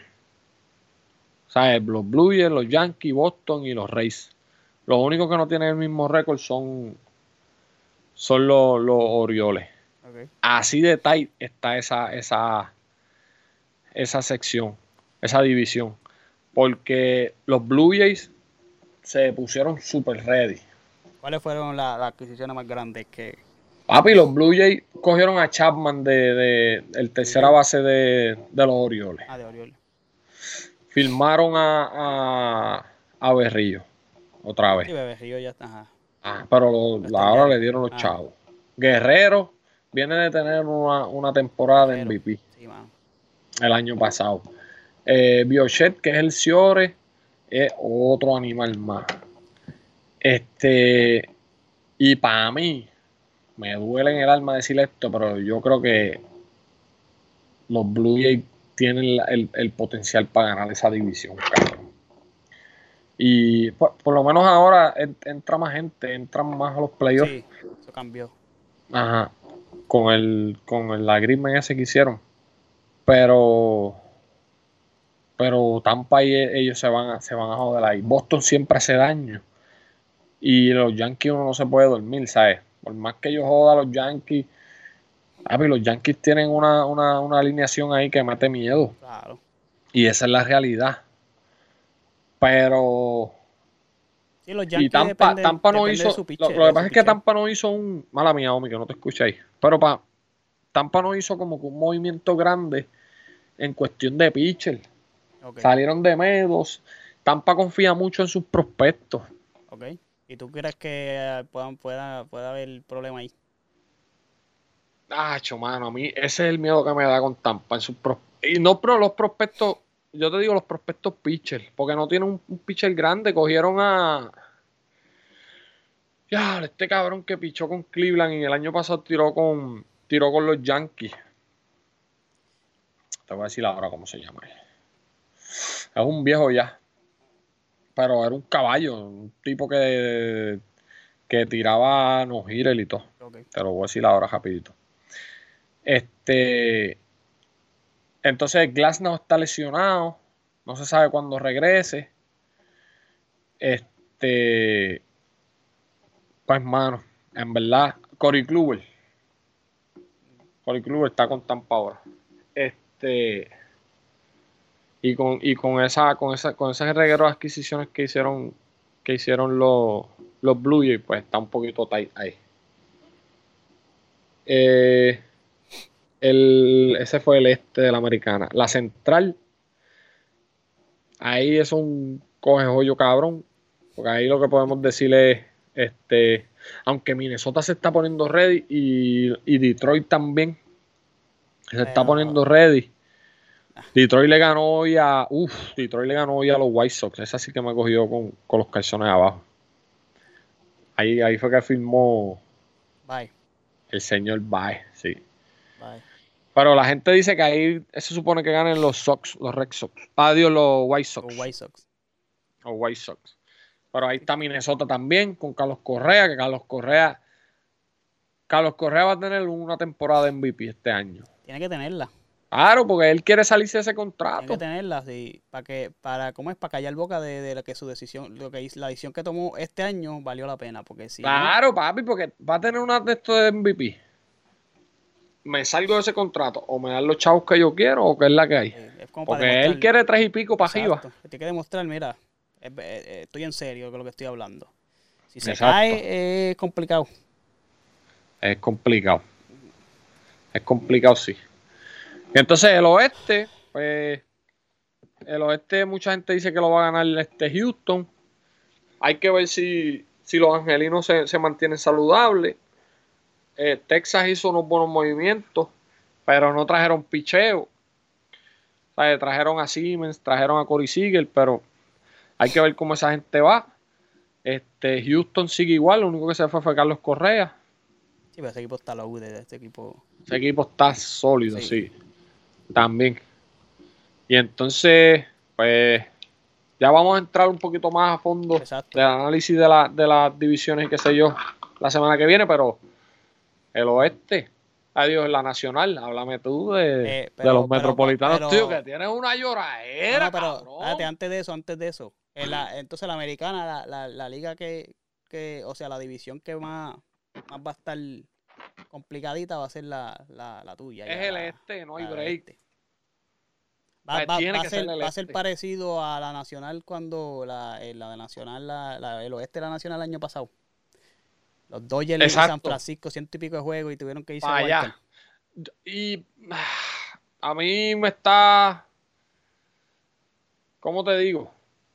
O sea, los Blue Jays, los Yankees, Boston y los Rays. Los únicos que no tienen el mismo récord son, son los, los Orioles. Okay. Así de tight está esa, esa, esa sección, esa división. Porque los Blue Jays se pusieron super ready. ¿Cuáles fueron las la adquisiciones más grandes que... Papi, los Blue Jays cogieron a Chapman de, de el tercera base de, de los Orioles. Ah, de Orioles. Firmaron a, a, a Berrío otra vez. Sí, Bebé Río ya está. Ajá. Ah, pero lo, Está ahora el le dieron los ah. chavos. Guerrero viene de tener una, una temporada Guerrero. de M V P Sí, mano. el año pasado. Eh, Biochet, que es el Ciore, es otro animal más. Este, y para mí, me duele en el alma decir esto, pero yo creo que los Blue Jays tienen la, el, el potencial para ganar esa división, cabrón. Y por, por lo menos ahora entra más gente, entran más a los playoffs. Sí, eso cambió. Ajá. Con el, con el agreement ese que hicieron. Pero pero Tampa y ellos se van a, se van a joder ahí. Boston siempre hace daño. Y los Yankees uno no se puede dormir, ¿sabes? Por más que yo joda a los Yankees, papi, los Yankees tienen una, una, una alineación ahí que mete miedo. Claro. Y esa es la realidad. Pero... Sí, los Yankees y Tampa, depende, Tampa no depende hizo... de su Lo, pitcher, lo que de pasa su es que pitcher. Tampa no hizo un... Mala mía, Omi, que no te escuché ahí. Pero pa, Tampa no hizo como que un movimiento grande en cuestión de pitcher. Okay. Salieron de medos. Tampa confía mucho en sus prospectos. Ok. ¿Y tú crees que puedan, pueda, pueda haber problema ahí? Ah, mano, a mí ese es el miedo que me da con Tampa. En sus pros... Y no, pero los prospectos, yo te digo los prospectos pitcher, porque no tienen un, un pitcher grande. Cogieron a... Ya, este cabrón que pichó con Cleveland y el año pasado tiró con, tiró con los Yankees. Te voy a decir ahora cómo se llama. Es un viejo ya. Pero era un caballo, un tipo que, que tiraba no girer y todo. Okay. Te lo voy a decir ahora rapidito. Este, entonces Glasnow está lesionado, no se sabe cuándo regrese. Este, pues mano, en verdad, Corey Kluber, Corey Kluber está con Tampa ahora. Este, y con y con esa con esa con esas regueros de adquisiciones que hicieron que hicieron los los Blue Jays, pues está un poquito tight ahí. Eh, el, ese fue el este de la americana. La central, ahí es un coge joyo cabrón, porque ahí lo que podemos decir es, este, aunque Minnesota se está poniendo ready y, y Detroit también se Pero- está poniendo ready. Detroit le ganó hoy a, uff, Detroit le ganó hoy a los White Sox. Esa sí que me ha cogido con, con los calzones abajo. Ahí, ahí fue que firmó Bye, el señor Baez, sí. bye. Pero la gente dice que ahí se supone que ganen los Sox, los Red Sox. Adiós, los White Sox. Los White Sox. Los White Sox. Pero ahí está Minnesota también con Carlos Correa, que Carlos Correa, Carlos Correa va a tener una temporada de M V P este año. Tiene que tenerla. Claro, porque él quiere salirse de ese Tiene contrato. que tenerla, sí, para que, para, ¿cómo es? Para callar boca de, de lo que su decisión, lo que hizo- la decisión que tomó este año valió la pena, porque si no, Claro, papi, porque va a tener una de estos de M V P. Me salgo de ese contrato, o me dan los chavos que yo quiero, o que es la que hay. eh, es como para Porque demostrar. él quiere tres y pico para arriba. Exacto. Tiene que demostrar, mira, eh, eh, estoy en serio con lo que estoy hablando. Si se Exacto. cae, eh, es complicado. Es complicado. Es complicado, sí. Y entonces el oeste, pues, el oeste mucha gente dice que lo va a ganar este Houston. Hay que ver si, si los angelinos se, se mantienen saludables. Eh, Texas hizo unos buenos movimientos, pero no trajeron picheo. O sea, trajeron a Siemens, trajeron a Corey Seager, pero hay que ver cómo esa gente va. Este, Houston sigue igual, lo único que se fue fue Carlos Correa. Sí, pero ese equipo está loco de este equipo. Ese equipo está sólido, Sí. sí. También. Y entonces, pues, ya vamos a entrar un poquito más a fondo Exacto. del análisis de, la, de las divisiones y qué sé yo la semana que viene, pero el oeste, adiós, la nacional, háblame tú de, Eh, pero- de los pero- metropolitanos, pero- tío, que tienes una No, lloradera, no, pero cabrón. espérate, antes de eso, antes de eso. En la, entonces la americana, la, la, la liga que, que, o sea, la división que más, más va a estar complicadita va a ser la, la, la tuya. Es ya, el la- este, no hay la del break. este. Va, Pues va- tiene va a que ser, ser el va a ser este. parecido a la nacional cuando la, eh, la de nacional, la, la- el oeste de la nacional el año pasado. Los Dodgers y San Exacto. Francisco, ciento y pico de juegos y tuvieron que irse Para a allá. wildcard. Y ah, a mí me está, ¿cómo te digo?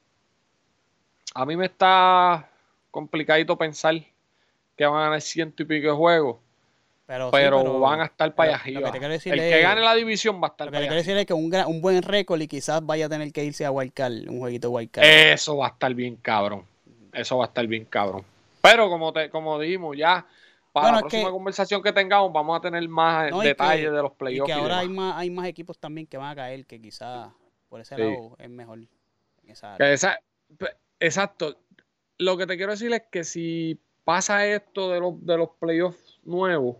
A mí me está complicadito pensar que van a ganar ciento y pico de juegos, Pero, sí, pero, pero van a estar para allá lo- lo arriba. que te quiero decir El es- que gane la división va a estar Lo que para te allá quiero decir arriba. es que un, gran- un buen récord y quizás vaya a tener que irse a wildcard, un jueguito de wildcard. Eso va a estar bien cabrón. Eso va a estar bien cabrón. Pero como te, como dijimos, ya para Bueno, la es próxima que- conversación que tengamos vamos a tener más No, y detalles que- de los Y playoffs. que y ahora hay demás. más, hay más equipos también que van a caer, que quizás por ese Sí. lado es mejor. En esa Que área. esa- pe- exacto. Lo que te quiero decir es que si pasa esto de los, de los playoffs nuevos,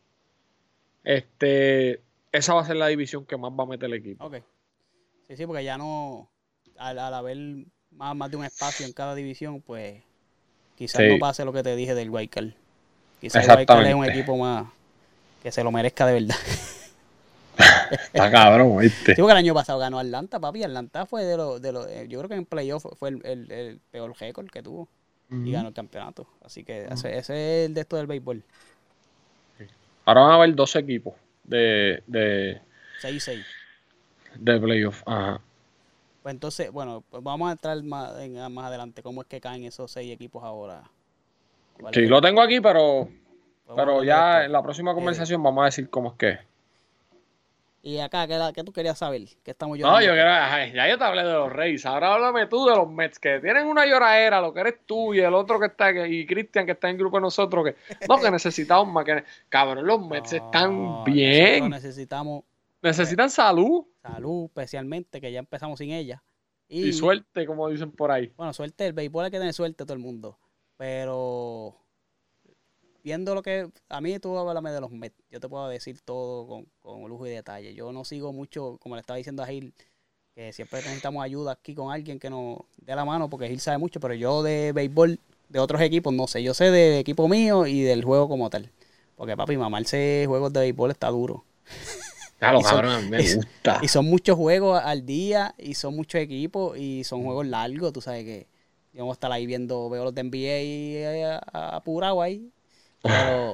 este, esa va a ser la división que más va a meter el equipo. Ok. Sí, sí, porque ya no, al, al haber más, más de un espacio en cada división, pues quizás Sí. no pase lo que te dije del wildcard. Quizás el wildcard es un Exactamente. equipo más que se lo merezca de verdad. Está cabrón, ¿viste? Sí, porque el año pasado ganó Atlanta, papi. Atlanta fue de los, de los eh, yo creo que en playoff fue el, el, el peor récord que tuvo y ganó el campeonato. Así que ese, ese es el de esto del béisbol. Ahora van a haber dos equipos de, de, seis y seis. de playoff. Ajá. Pues entonces, bueno, pues vamos a entrar más, en- más adelante. ¿Cómo es que caen esos seis equipos ahora? ¿Cuál Sí, es? lo tengo aquí, pero, Podemos pero hablar ya después. en la próxima conversación vamos a decir cómo es que es. Y acá, ¿qué, era- qué tú querías saber? ¿Qué estamos No, yo llorando? quiero, ay, ya yo te hablé de los Reyes, ahora háblame tú de los Mets, que tienen una lloradera, lo que eres tú y el otro que está, que- y Cristian que está en grupo de nosotros, que no, que necesitamos más, que cabrón, los Mets están No, bien, nosotros necesitamos necesitan salud salud, especialmente, que ya empezamos sin ella. Y, y suerte, como dicen por ahí. bueno, suerte, el béisbol hay que tener suerte todo el mundo. Pero viendo lo que a mí tú háblame de los Mets, yo te puedo decir todo con, con lujo y detalle. Yo no sigo mucho, como le estaba diciendo a Gil, que siempre necesitamos ayuda aquí con alguien que nos dé la mano, porque Gil sabe mucho, pero yo de béisbol de otros equipos no sé. Yo sé del equipo mío y del juego como tal. Porque papi, mamarse juegos de béisbol está duro. Claro, Y son- cabrón, a mí me y- gusta. Y son muchos juegos al día y son muchos equipos y son juegos largos, tú sabes que yo voy a estar ahí viendo, veo los de N B A y, eh, apurado ahí. Pero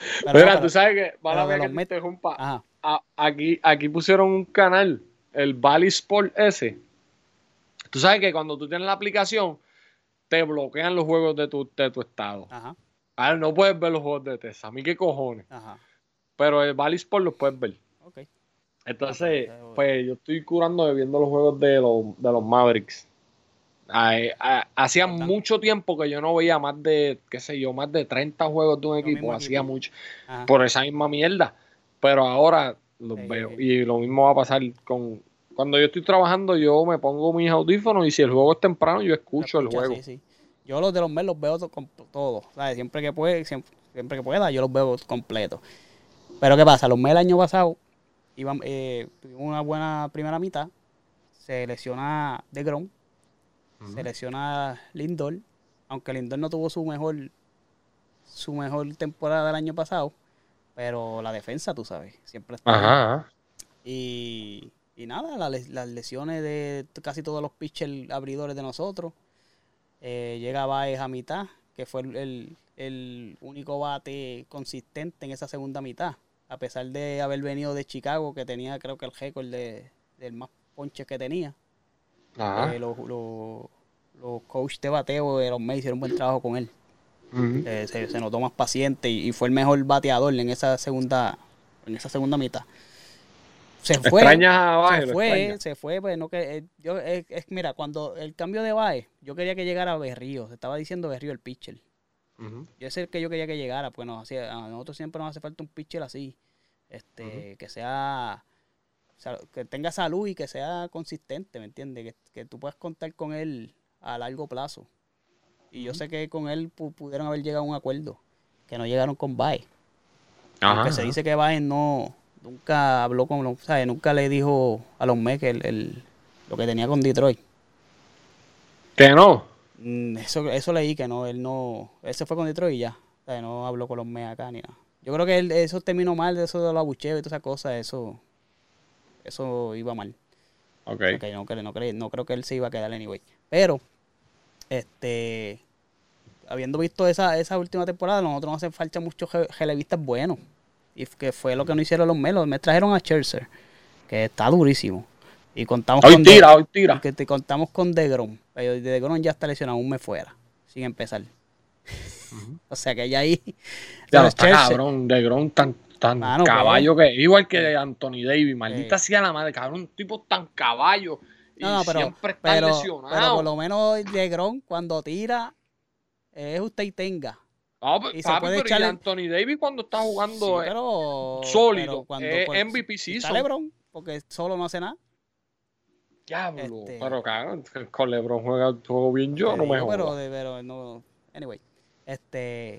Pero, Mira, pero- tú sabes que, mala pero de mía que los te Mets- interrumpa, Ajá, a- aquí, aquí pusieron un canal, el Bally Sport ese. Tú sabes que cuando tú tienes la aplicación, te bloquean los juegos de tu, de tu estado. ajá, A ver, no puedes ver los juegos de Texas. A mí qué cojones. ajá. Pero el Bally Sport los puedes ver. Ok. Entonces, Ah, pues, pues yo estoy curando de viendo los juegos de los, de los Mavericks. Ay, a- hacía ¿Verdad? mucho tiempo que yo no veía más de, qué sé yo, más de treinta juegos de un Lo equipo. mismo Hacía equipo. mucho. Ajá. Por esa misma mierda. Pero ahora los Sí, veo. sí, sí. Y lo mismo va a pasar con... Cuando yo estoy trabajando, yo me pongo mis audífonos y si el juego es temprano, yo Lo escucho el escuchas, juego. sí, sí. Yo los de los Mets los veo to- con todos, ¿sabes? Siempre que puede, siempre, siempre que pueda, yo los veo completos. Pero ¿qué pasa? Los Mets el año pasado iban, eh, tuvimos una buena primera mitad. Se lesiona DeGrom, Ujú. se lesiona Lindor, aunque Lindor no tuvo su mejor su mejor temporada del año pasado, pero la defensa, tú sabes, siempre está ahí. Ajá. Y, y nada, la les- las lesiones de t- casi todos los pitchers abridores de nosotros. Eh, llega Baez a mitad, que fue el, el- el único bate consistente en esa segunda mitad. A pesar de haber venido de Chicago, que tenía creo que el récord de, del más ponches que tenía. Ajá. Eh, los, los, los coaches de bateo de los Mets hicieron un buen trabajo con él. Ujú. Eh, se, se notó más paciente y, y fue el mejor bateador en esa segunda, en esa segunda mitad. Se fue, ¿Extrañas a Baez? se ¿Lo fue, extrañas? se fue, pues no que eh, yo es, es- mira, cuando el cambio de Baez, yo quería que llegara Berrío, se estaba diciendo Berrío el pitcher. Ujú. Yo es el que yo quería que llegara, pues nos hacía, a nosotros siempre nos hace falta un pitcher así, este, que sea, sa- que tenga salud y que sea consistente, ¿me entiendes? Que, que tú puedas contar con él a largo plazo. Y yo sé que con él pu- pudieron haber llegado a un acuerdo, que no llegaron con Baez. Aunque Ajá. se dice que Baez no, nunca habló con los, ¿sabes? Nunca le dijo a los Mets el, el- lo que tenía con Detroit. ¿Que no? Mm, Eso, eso leí que no, él no, él se fue con Detroit y ya. O sea, no habló con los Mets acá ni nada. Yo creo que él- eso terminó mal, de eso de los abucheos y todas esas cosas, eso, eso iba mal. Ok. O sea, que no, creo- no, creo- no creo que él se iba a quedar anyway. Pero, este, habiendo visto esa, esa última temporada, nosotros nos hacen falta muchos ge- relevistas buenos. Y f- que fue lo que no hicieron los Mets. Los Mets trajeron a Scherzer, que está durísimo. Y contamos Hoy con tira, De- hoy tira. y que te contamos con DeGrom. Pero DeGrom ya está lesionado, un mes fuera, sin empezar. O sea que ya ahí. Ya Pero lo está Scherzer- cabrón, de Gron tan, tan Mano, caballo que igual que Sí. Anthony Davis, maldita Sí. sea la madre, cabrón, un tipo tan caballo y No, no, pero, siempre está pero, lesionado. pero por lo menos DeGrom cuando tira es usted y tenga. No, pues, y se papi, puede pero y echarle- Anthony Davis cuando está Sí, jugando eh, pero, sólido, pero cuando eh, pues, M V P está season. LeBron, porque solo no hace nada. Diablo, este- pero cabrón, con LeBron juega juego bien yo, Te no me digo, pero, jodas. de- pero no. Anyway. Este.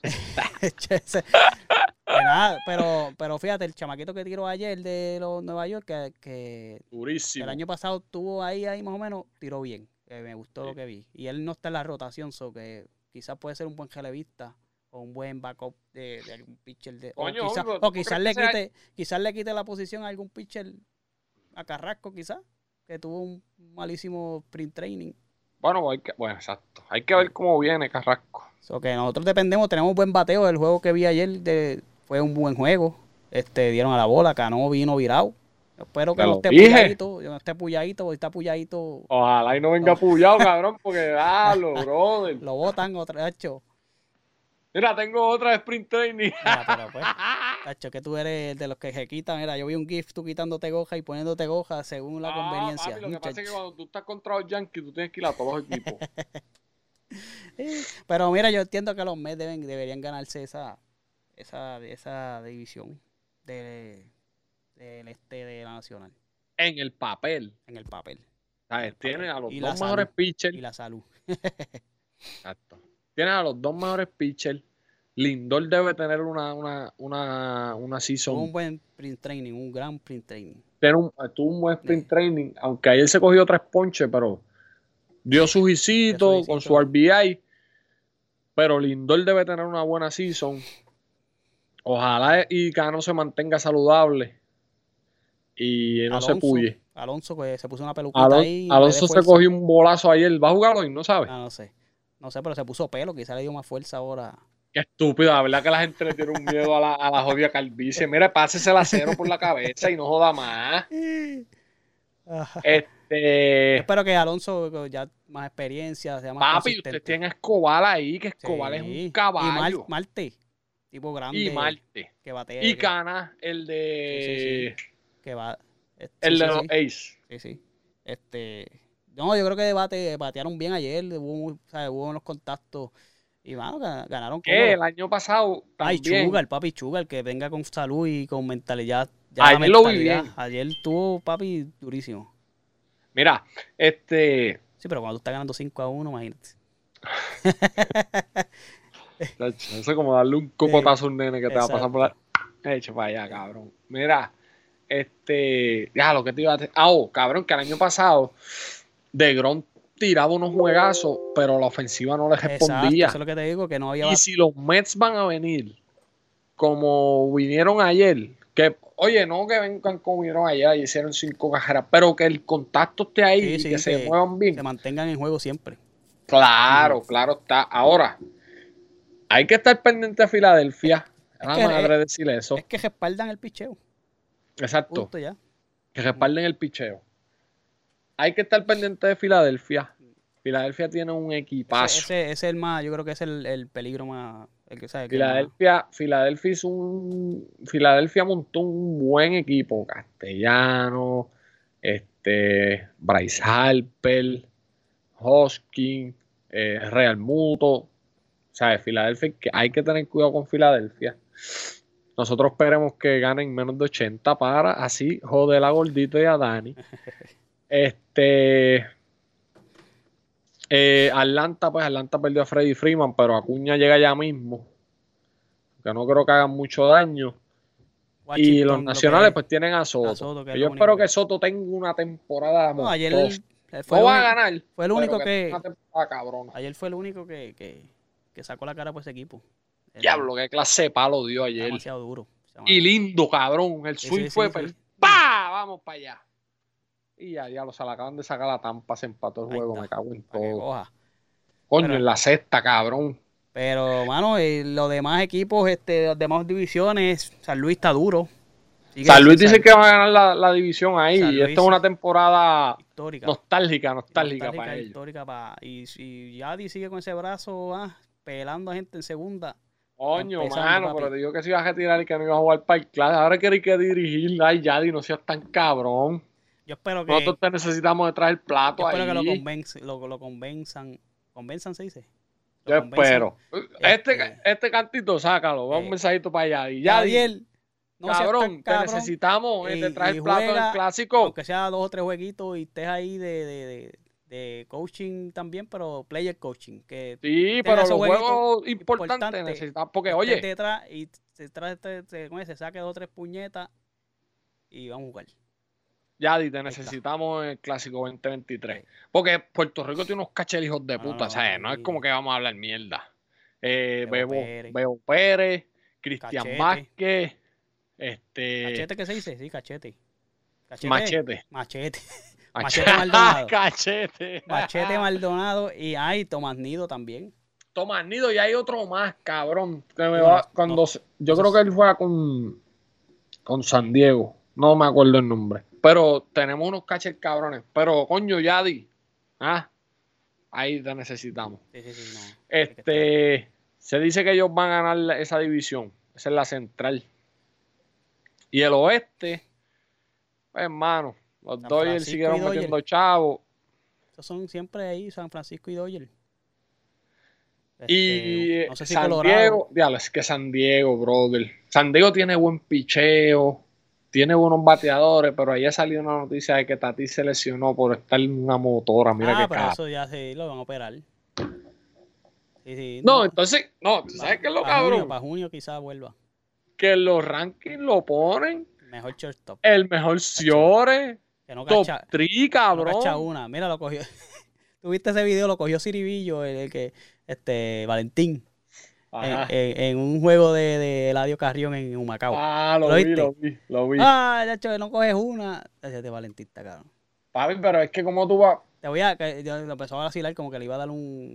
ese- pues nada, pero, pero fíjate, el chamaquito que tiró ayer de los Nueva York, que, que Durísimo. el año pasado tuvo ahí, ahí más o menos, tiró bien. Eh, me gustó lo que vi. Y él no está en la rotación, so que quizás puede ser un buen relevista o un buen backup de, de algún pitcher. De, Coño, o quizás, hombre, ¿tú o quizás crees le que sea- quite, quizás le quite la posición a algún pitcher, a Carrasco quizás, que tuvo un malísimo sprint training. Bueno, hay que, bueno, exacto. Hay que ver cómo viene Carrasco. So que nosotros dependemos, tenemos buen bateo. El juego que vi ayer de, fue un buen juego. Este, dieron a la bola, Cano vino virado. Yo espero que Te no lo esté dije. puyadito, yo no esté puyadito, porque está puyadito, Ojalá y no venga No. apoyado, cabrón, porque dalo, brother. lo botan otra hecho. Mira, tengo otra de sprint training. Mira, pero pues, tacho, que tú eres de los que se quitan. Mira, yo vi un GIF tú quitándote goja y poniéndote goja según la Ah, conveniencia. papi, lo que pasa es que muchacho. cuando tú estás contra los Yankees, tú tienes que ir a todos los equipos. Eh, Pero mira, yo entiendo que los Mets deben, deberían ganarse esa, esa, esa división de, del este de la Nacional En el papel. en el papel. ¿Sabes? Tienes a los Y dos la mejores salud. pitchers. Y la salud. Exacto. Tienes a los dos mejores pitchers. Lindor debe tener una, una, una, una Tuvo season. un buen sprint training, un gran sprint training. Tiene un, tuvo un buen sprint Sí. training. Aunque ayer se cogió tres ponches, pero dio su Dio hijito su con hijito. su R B I. Pero Lindor debe tener una buena season. Ojalá y Cano se mantenga saludable. Y no se puye. Alonso que se puso una peluquita Alon- ahí. le Alonso dé se fuerza. cogió un bolazo ayer. ¿Va a jugar hoy? No sabe. Ah, no sé. No sé, pero se puso pelo. Quizá le dio más fuerza ahora. Qué estúpido, la verdad que la gente le tiene un miedo a la, a la jodida calvicie. Mira, pásese el acero por la cabeza y no joda más. Este, Espero que Alonso, con ya más experiencia, sea más papi, consistente. usted tiene a Escobar ahí, que Escobar Sí. es un Y caballo. Mal- Marte, tipo grande. Y Marte. Que batea. Y que- Cana, el de. Sí, sí, sí. Que va. eh, El sí, de sí, los sí. Ace. Sí, sí. Este. No, yo creo que bate, batearon bien ayer. Hubo, muy- o sea, hubo unos contactos. Y bueno, ga- ganaron Que cómodos. el año pasado Ay, también. Sugar, papi, Sugar, que venga con salud y con mentalidad. Ya Ayer la lo vi mentalidad. bien. Ayer tuvo, papi, durísimo. Mira, este. Sí, pero cuando tú estás ganando cinco a uno, imagínate. Eso es como darle un copotazo a un nene que te va a pasar por la. Eche para allá, cabrón. Mira, este. Ya, lo que te iba a decir. Ah, oh, cabrón, que el año pasado DeGrom tiraba unos juegazos, pero la ofensiva no le Exacto, respondía. eso es lo que te digo, que no había... Y si los Mets van a venir como vinieron ayer, que, oye, no que vengan como vinieron ayer y hicieron cinco carreras, pero que el contacto esté ahí Sí, y sí, que, que se muevan bien. se mantengan en juego siempre. Claro, Ujú. claro está. Ahora, hay que estar pendiente de Filadelfia. Es La que- madre es- decir eso. Es que respaldan el picheo. Exacto. Punto ya. Que respalden el picheo. Hay que estar pendiente de Filadelfia. Filadelfia tiene un Ese, equipazo. ese, ese es el más, yo creo que es el, el peligro más... El que sabe que Filadelfia, Filadelfia hizo un. Filadelfia montó un buen equipo. Castellano, este, Bryce Harper, Hoskins, eh, Real Muto. ¿Sabes? Filadelfia, que hay que tener cuidado con Filadelfia. Nosotros esperemos que ganen menos de ochenta para así joder a Gordito y a Dani. Este. Eh, Atlanta, pues Atlanta perdió a Freddie Freeman, pero Acuña llega ya mismo. Que no creo que hagan mucho daño. Washington, Y los lo nacionales, que- pues tienen a Soto. a Soto, que es yo lo espero único que que- Soto tenga una temporada No, ayer monstruosa. él fue No el va a único- ganar. fue el pero único que que- tenga una temporada cabrona. Ayer fue el único que, que, que sacó la cara por ese equipo. Él- Diablo, qué clase de palo dio está ayer. demasiado duro. Y lindo, cabrón. El Sí, swing sí, fue sí, sí. per- ¡Pah! Vamos para allá. Y ya, diablo, se la acaban de sacar la tampa, se empató el Ahí juego. está, Me cago en para que todo. coja. Coño, Pero- en la sexta, cabrón. Pero, mano, eh, los demás equipos, este, las demás divisiones, San Luis está duro. Sigue- San Luis San- dice que va a ganar la, la división ahí. San Y Luis esta es una temporada histórica. nostálgica, nostálgica, Nostálgica, para ellos. histórica pa- y si Yadi sigue con ese brazo, ah, pelando a gente en segunda. Coño, Empezando, mano, papi. pero te digo que se iba a retirar y que no iba a jugar para el clase. Ahora quiere que dirigir. Ay, Yadi, no seas tan cabrón. Yo espero que, Nosotros te necesitamos detrás del plato yo espero ahí. que lo, convenz- lo, lo convenzan. ¿Convenzan se dice? Lo Yo convenzan. espero. Este, Este- este cantito, sácalo. Va un Eh, mensajito para allá. Y ya, Yadiel, no seas cabrón, tan te cabrón, necesitamos eh, y- detrás y del plato juega, del clásico. aunque sea dos o tres jueguitos y estés ahí de, de, de, de coaching también, pero player coaching. Que Sí, tenga pero los esos jueguitos juegos importantes importantes, necesitamos. Porque, estés oye, detrás y se, trae, se, se, se saque dos o tres puñetas y vamos a jugar. Yadi, te está. necesitamos en el clásico veinte veintitrés. Porque Puerto Rico tiene unos cacheros hijos de No, puta, no, no, ¿sabes? No es sí. como que vamos a hablar mierda. Eh, Bebo Bebo, Pérez. Bebo Pérez, Cristian Cachete. Vázquez, este, ¿Cachete qué se dice? Sí, cachete. ¿Cachete? Machete. Machete. Machete. Machete Maldonado. Cachete. Machete Maldonado y ay, Tomás Nido también. Tomás Nido, y hay otro más, cabrón. Que me No, va, no, cuando no. se- yo Eso creo es- que él juega con, con San Diego. No me acuerdo el nombre. Pero tenemos unos caches cabrones. Pero, coño, Yadi. Ah, ahí te necesitamos. Sí, sí, sí, no. Hay que estar- Este, se dice que ellos van a ganar la- esa división. Esa es la central. Y el oeste, pues, hermano, los San Dodgers Francisco siguieron y Dodgers. metiendo chavos. Esos son siempre ahí, San Francisco y Dodgers. Y Este, no sé si San Colorado. Diego, diablo, es que San Diego, brother. San Diego tiene buen picheo, tiene buenos bateadores, pero ahí ha salido una noticia de que Tatis se lesionó por estar en una motora. Mira ah, qué pero cabrón. eso ya sí lo van a operar. Sí, sí, No, entonces, no, ¿tú sabes qué es lo para cabrón? Junio, para junio quizás vuelva. Que los rankings lo ponen Mejor shortstop. el mejor Ciore, Que no top cacha, tres, no cabrón. cacha una. Mira, lo cogió. ¿Tuviste ese video? Lo cogió Ciribillo, el, el que, este, Valentín. En, Ajá. en- en un juego de, de Eladio Carrión en Humacao. Ah, lo, ¿Lo vi, viste? lo vi, lo vi. Ah, ya, chaval, no coges una. Ese de Valentín, está cabrón. Papi, pero es que como tú vas. Te voy a. Que, yo- lo empezó a vacilar como que le iba a dar un.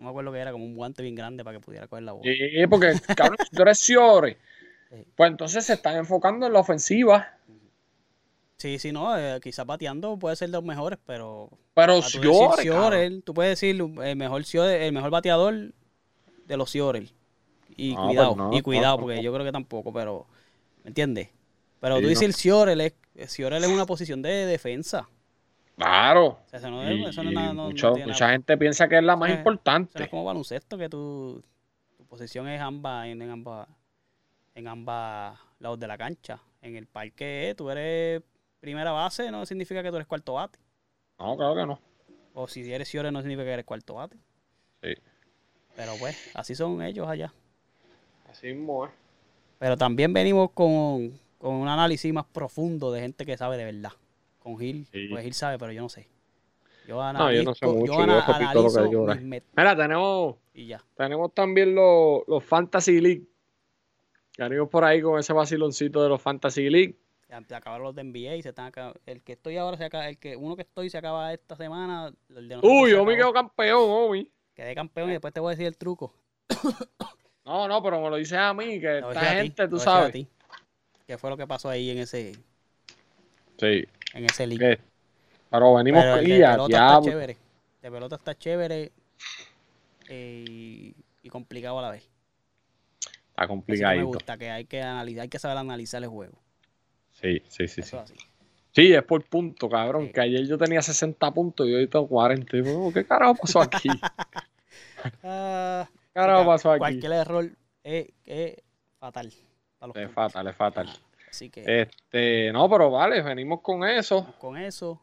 No me acuerdo que era como un guante bien grande para que pudiera coger la bola. Sí, porque, cabrón, si tú eres Sciore, Sí. pues entonces se están enfocando en la ofensiva. Sí, sí, no, eh, quizás bateando puede ser de los mejores, pero Pero para tú decir Sciore, Sciorel, cabrón. tú puedes decir el mejor Sciorel, el mejor bateador de los Sciorel. Y No, cuidado, pues no, y cuidado, no, porque no. yo creo que tampoco, pero ¿me entiendes? Pero Sí, tú dices no. el Sciorel, es, Sciorel es una posición de defensa. Claro. O sea, eso no, Y, es- eso no, es y nada- no, no mucho- tiene mucha nada. gente piensa que es la Eso más no es, eso no es importante. como baloncesto, que tu, tu posición es ambas, en, en ambas, en ambas lados de la cancha. En el parque, tú eres primera base, no significa que tú eres cuarto bate. No, claro que no. O si eres Sciorel, no significa que eres cuarto bate. Sí. Pero pues, así son ellos allá. Así mismo, ¿eh? Pero también venimos con, con un análisis más profundo de gente que sabe de verdad. Con Gil, Sí. pues Gil sabe, pero yo no sé. Yo No, analizo, yo no sé mucho, yo yo ana- repito lo que analizo digo por mis ahí. met- Mira, tenemos, y ya. tenemos también los, los Fantasy League. Venimos por ahí con ese vaciloncito de los Fantasy League. Ya se acabaron los de N B A y se están acab- el que estoy ahora se acaba, el que uno que estoy se acaba esta semana, el de nosotros Uy, se yo me acabó. quedo campeón, Omi. Quedé campeón y después te voy a decir el truco. No, no, pero me lo dices a mí, que Te voy a esta decir a ti, gente, te tú voy a decir a sabes. ti. ¿Qué fue lo que pasó ahí en ese Sí. en ese league? ¿Qué? Pero venimos Pero el y de a pelota está diablo. chévere. De pelota está chévere eh, y, y complicado a la vez. Está Así que me complicadito. gusta, que hay que analizar, hay que saber analizar el juego. Sí, sí, sí, Eso sí. es así. Sí, es por punto, cabrón. Sí. Que ayer yo tenía sesenta puntos y hoy tengo cuarenta. Y digo, ¿qué carajo pasó aquí? ¿Qué Ah, carajo sí, pasó aquí? cualquier error es, es fatal para los Es puntos. fatal, es fatal. Así que Este, no, pero vale, venimos con eso. con eso,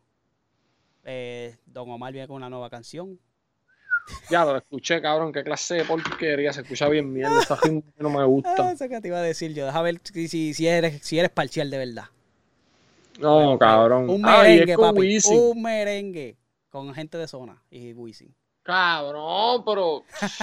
eh, Don Omar viene con una nueva canción. Ya lo escuché, cabrón. Qué clase de porquería. Se escucha bien mierda. Esa ritmo no me Ah, gusta. eso que te iba a decir yo. Deja ver si, si, si eres, si eres parcial de verdad. No, Bueno, cabrón. Un Ah, y merengue, es con papi. Wisin. Un merengue con gente de zona y Wisin. Cabrón, pero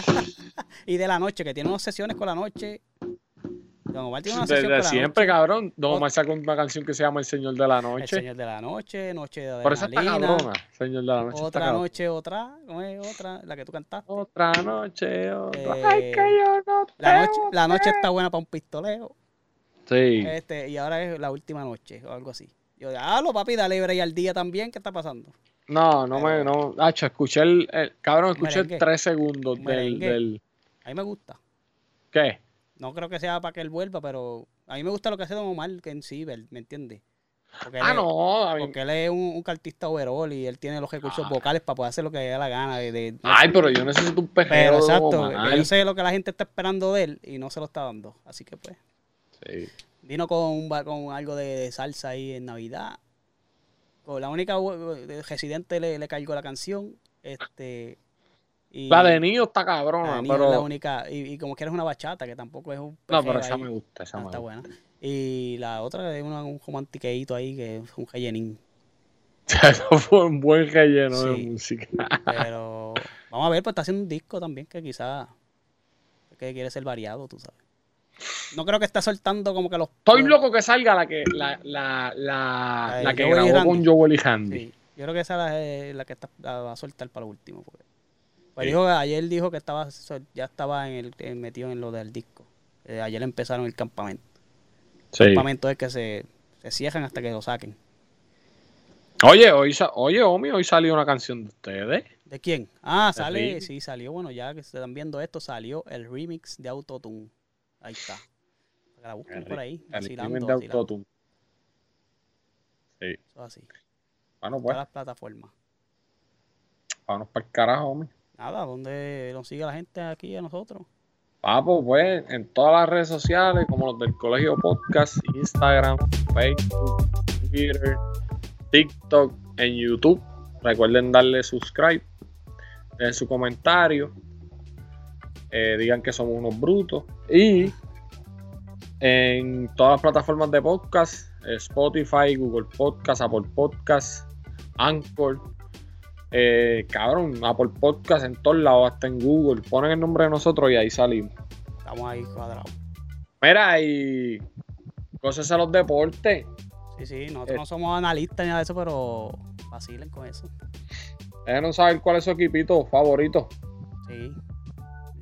Y de la noche, que tiene unas sesiones con la noche. Don Omar tiene una sesión desde con la siempre, noche. cabrón. Don Ot- Omar sacó una canción que se llama El Señor de la El Noche. Señor de la Noche, Noche de Por eso está Adrenalina. cabrona. Señor de la Noche está Otra cabrón. noche, otra. ¿Cómo es otra? La que tú cantaste. Otra noche, otra. Eh, Ay, que yo no te La noche, voy la a noche ver. está buena para un pistoleo. Sí. Este, y ahora es la última noche o algo así. Yo, ah, lo papi, dale break al día también. ¿Qué está pasando? No, no me, Pero- no. Hacho, escuché el, el- cabrón, Un escuché merengue. tres segundos Un del, merengue. del, A mí me gusta. ¿qué? No creo que sea para que él vuelva, pero a mí me gusta lo que hace Don Omar, que en sí, ¿me me entiendes? Porque él Ah, es- no, a mí- Porque él es un, un cartista overall y él tiene los recursos Ah. vocales para poder hacer lo que le dé la gana. De, de- Ay, pero yo necesito un pero pejeo de exacto, Don que Omar. yo sé lo que la gente está esperando de él y no se lo está dando. Así que pues, Sí. vino con, un ba- con algo de, de salsa ahí en Navidad. Con la única hue- de Residente le, le cargó la canción. Este, y La de Nio está la cabrona, de Nio es pero... la única. Y, y como quieres una bachata, que tampoco es un No, pejeo pero esa ahí. me gusta, esa Ah, me está gusta. buena. Y la otra es una- un romantiqueíto ahí, que es un rellenín. Eso fue un buen relleno de Sí. música. Pero vamos a ver, pues está haciendo un disco también que quizás que quiere ser variado, tú sabes. No creo que está soltando como que los... Estoy los- loco que salga la que la, la, la, La de la que Joel y grabó con Randy. Joel y Randy. Sí, yo creo que esa la, es la que está, la va a soltar para lo último. Porque, pues Sí. dijo, ayer dijo que estaba sol- ya estaba en el, en- metido en lo del disco. Eh, ayer empezaron el campamento. Sí. El campamento es que se, se cierran hasta que lo saquen. Oye, hoy, sa- oye, Omi, hoy salió una canción de ustedes. ¿De quién? Ah, El sale, remix. sí, salió, bueno, ya que se están viendo esto, salió el remix de Autotune. Ahí está. Para que la busquen El por ri- ahí. El vacilando, remix de vacilando. Autotune. Sí. Eso es así. Bueno, Todas pues, las plataformas. vámonos para el carajo, Omi. Nada, donde nos sigue la gente aquí a nosotros. Papo, pues, en todas las redes sociales, como los del Colegio Podcast, Instagram, Facebook, Twitter, TikTok, en YouTube. Recuerden darle subscribe, den su comentario, eh, digan que somos unos brutos. Y en todas las plataformas de podcast, Spotify, Google Podcast, Apple Podcast, Anchor, eh, cabrón, Apple Podcast en todos lados, hasta en Google. Ponen el nombre de nosotros y ahí salimos. Estamos ahí cuadrados. Mira, y cosas a los deportes. Sí, sí, nosotros Eh. no somos analistas ni nada de eso, pero vacilen con eso. Déjenos saber cuál es su equipito favorito. Sí.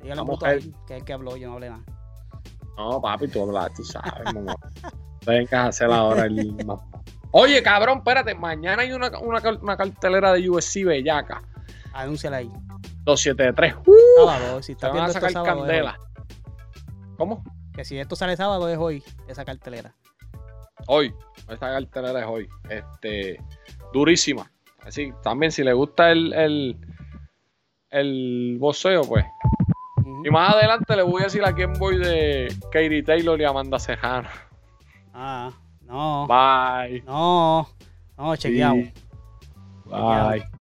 Dígale un Vamos bruto a ver. ahí, que es el que habló, yo no hablé nada. No, papi, tú hablas, tú sabes, mamá. Vengas a hacer ahora el mamá. Oye, cabrón, espérate. Mañana hay una, una, una cartelera de U F C bellaca. Anúnciala ahí. doscientos setenta y tres. ¡Uh! Sábado, si Se estás van a viendo esto sacar sábado, es hoy. candela. ¿Cómo? Que si esto sale sábado es hoy, esa cartelera. Hoy. Esta cartelera es hoy. Este, durísima. Así, también si le gusta el, el, el boxeo, pues. Ujú. Y más adelante le voy a decir a quién voy de Katie Taylor y Amanda Serrano. Ah, no, Bye. no, no, chequeamos. Bye.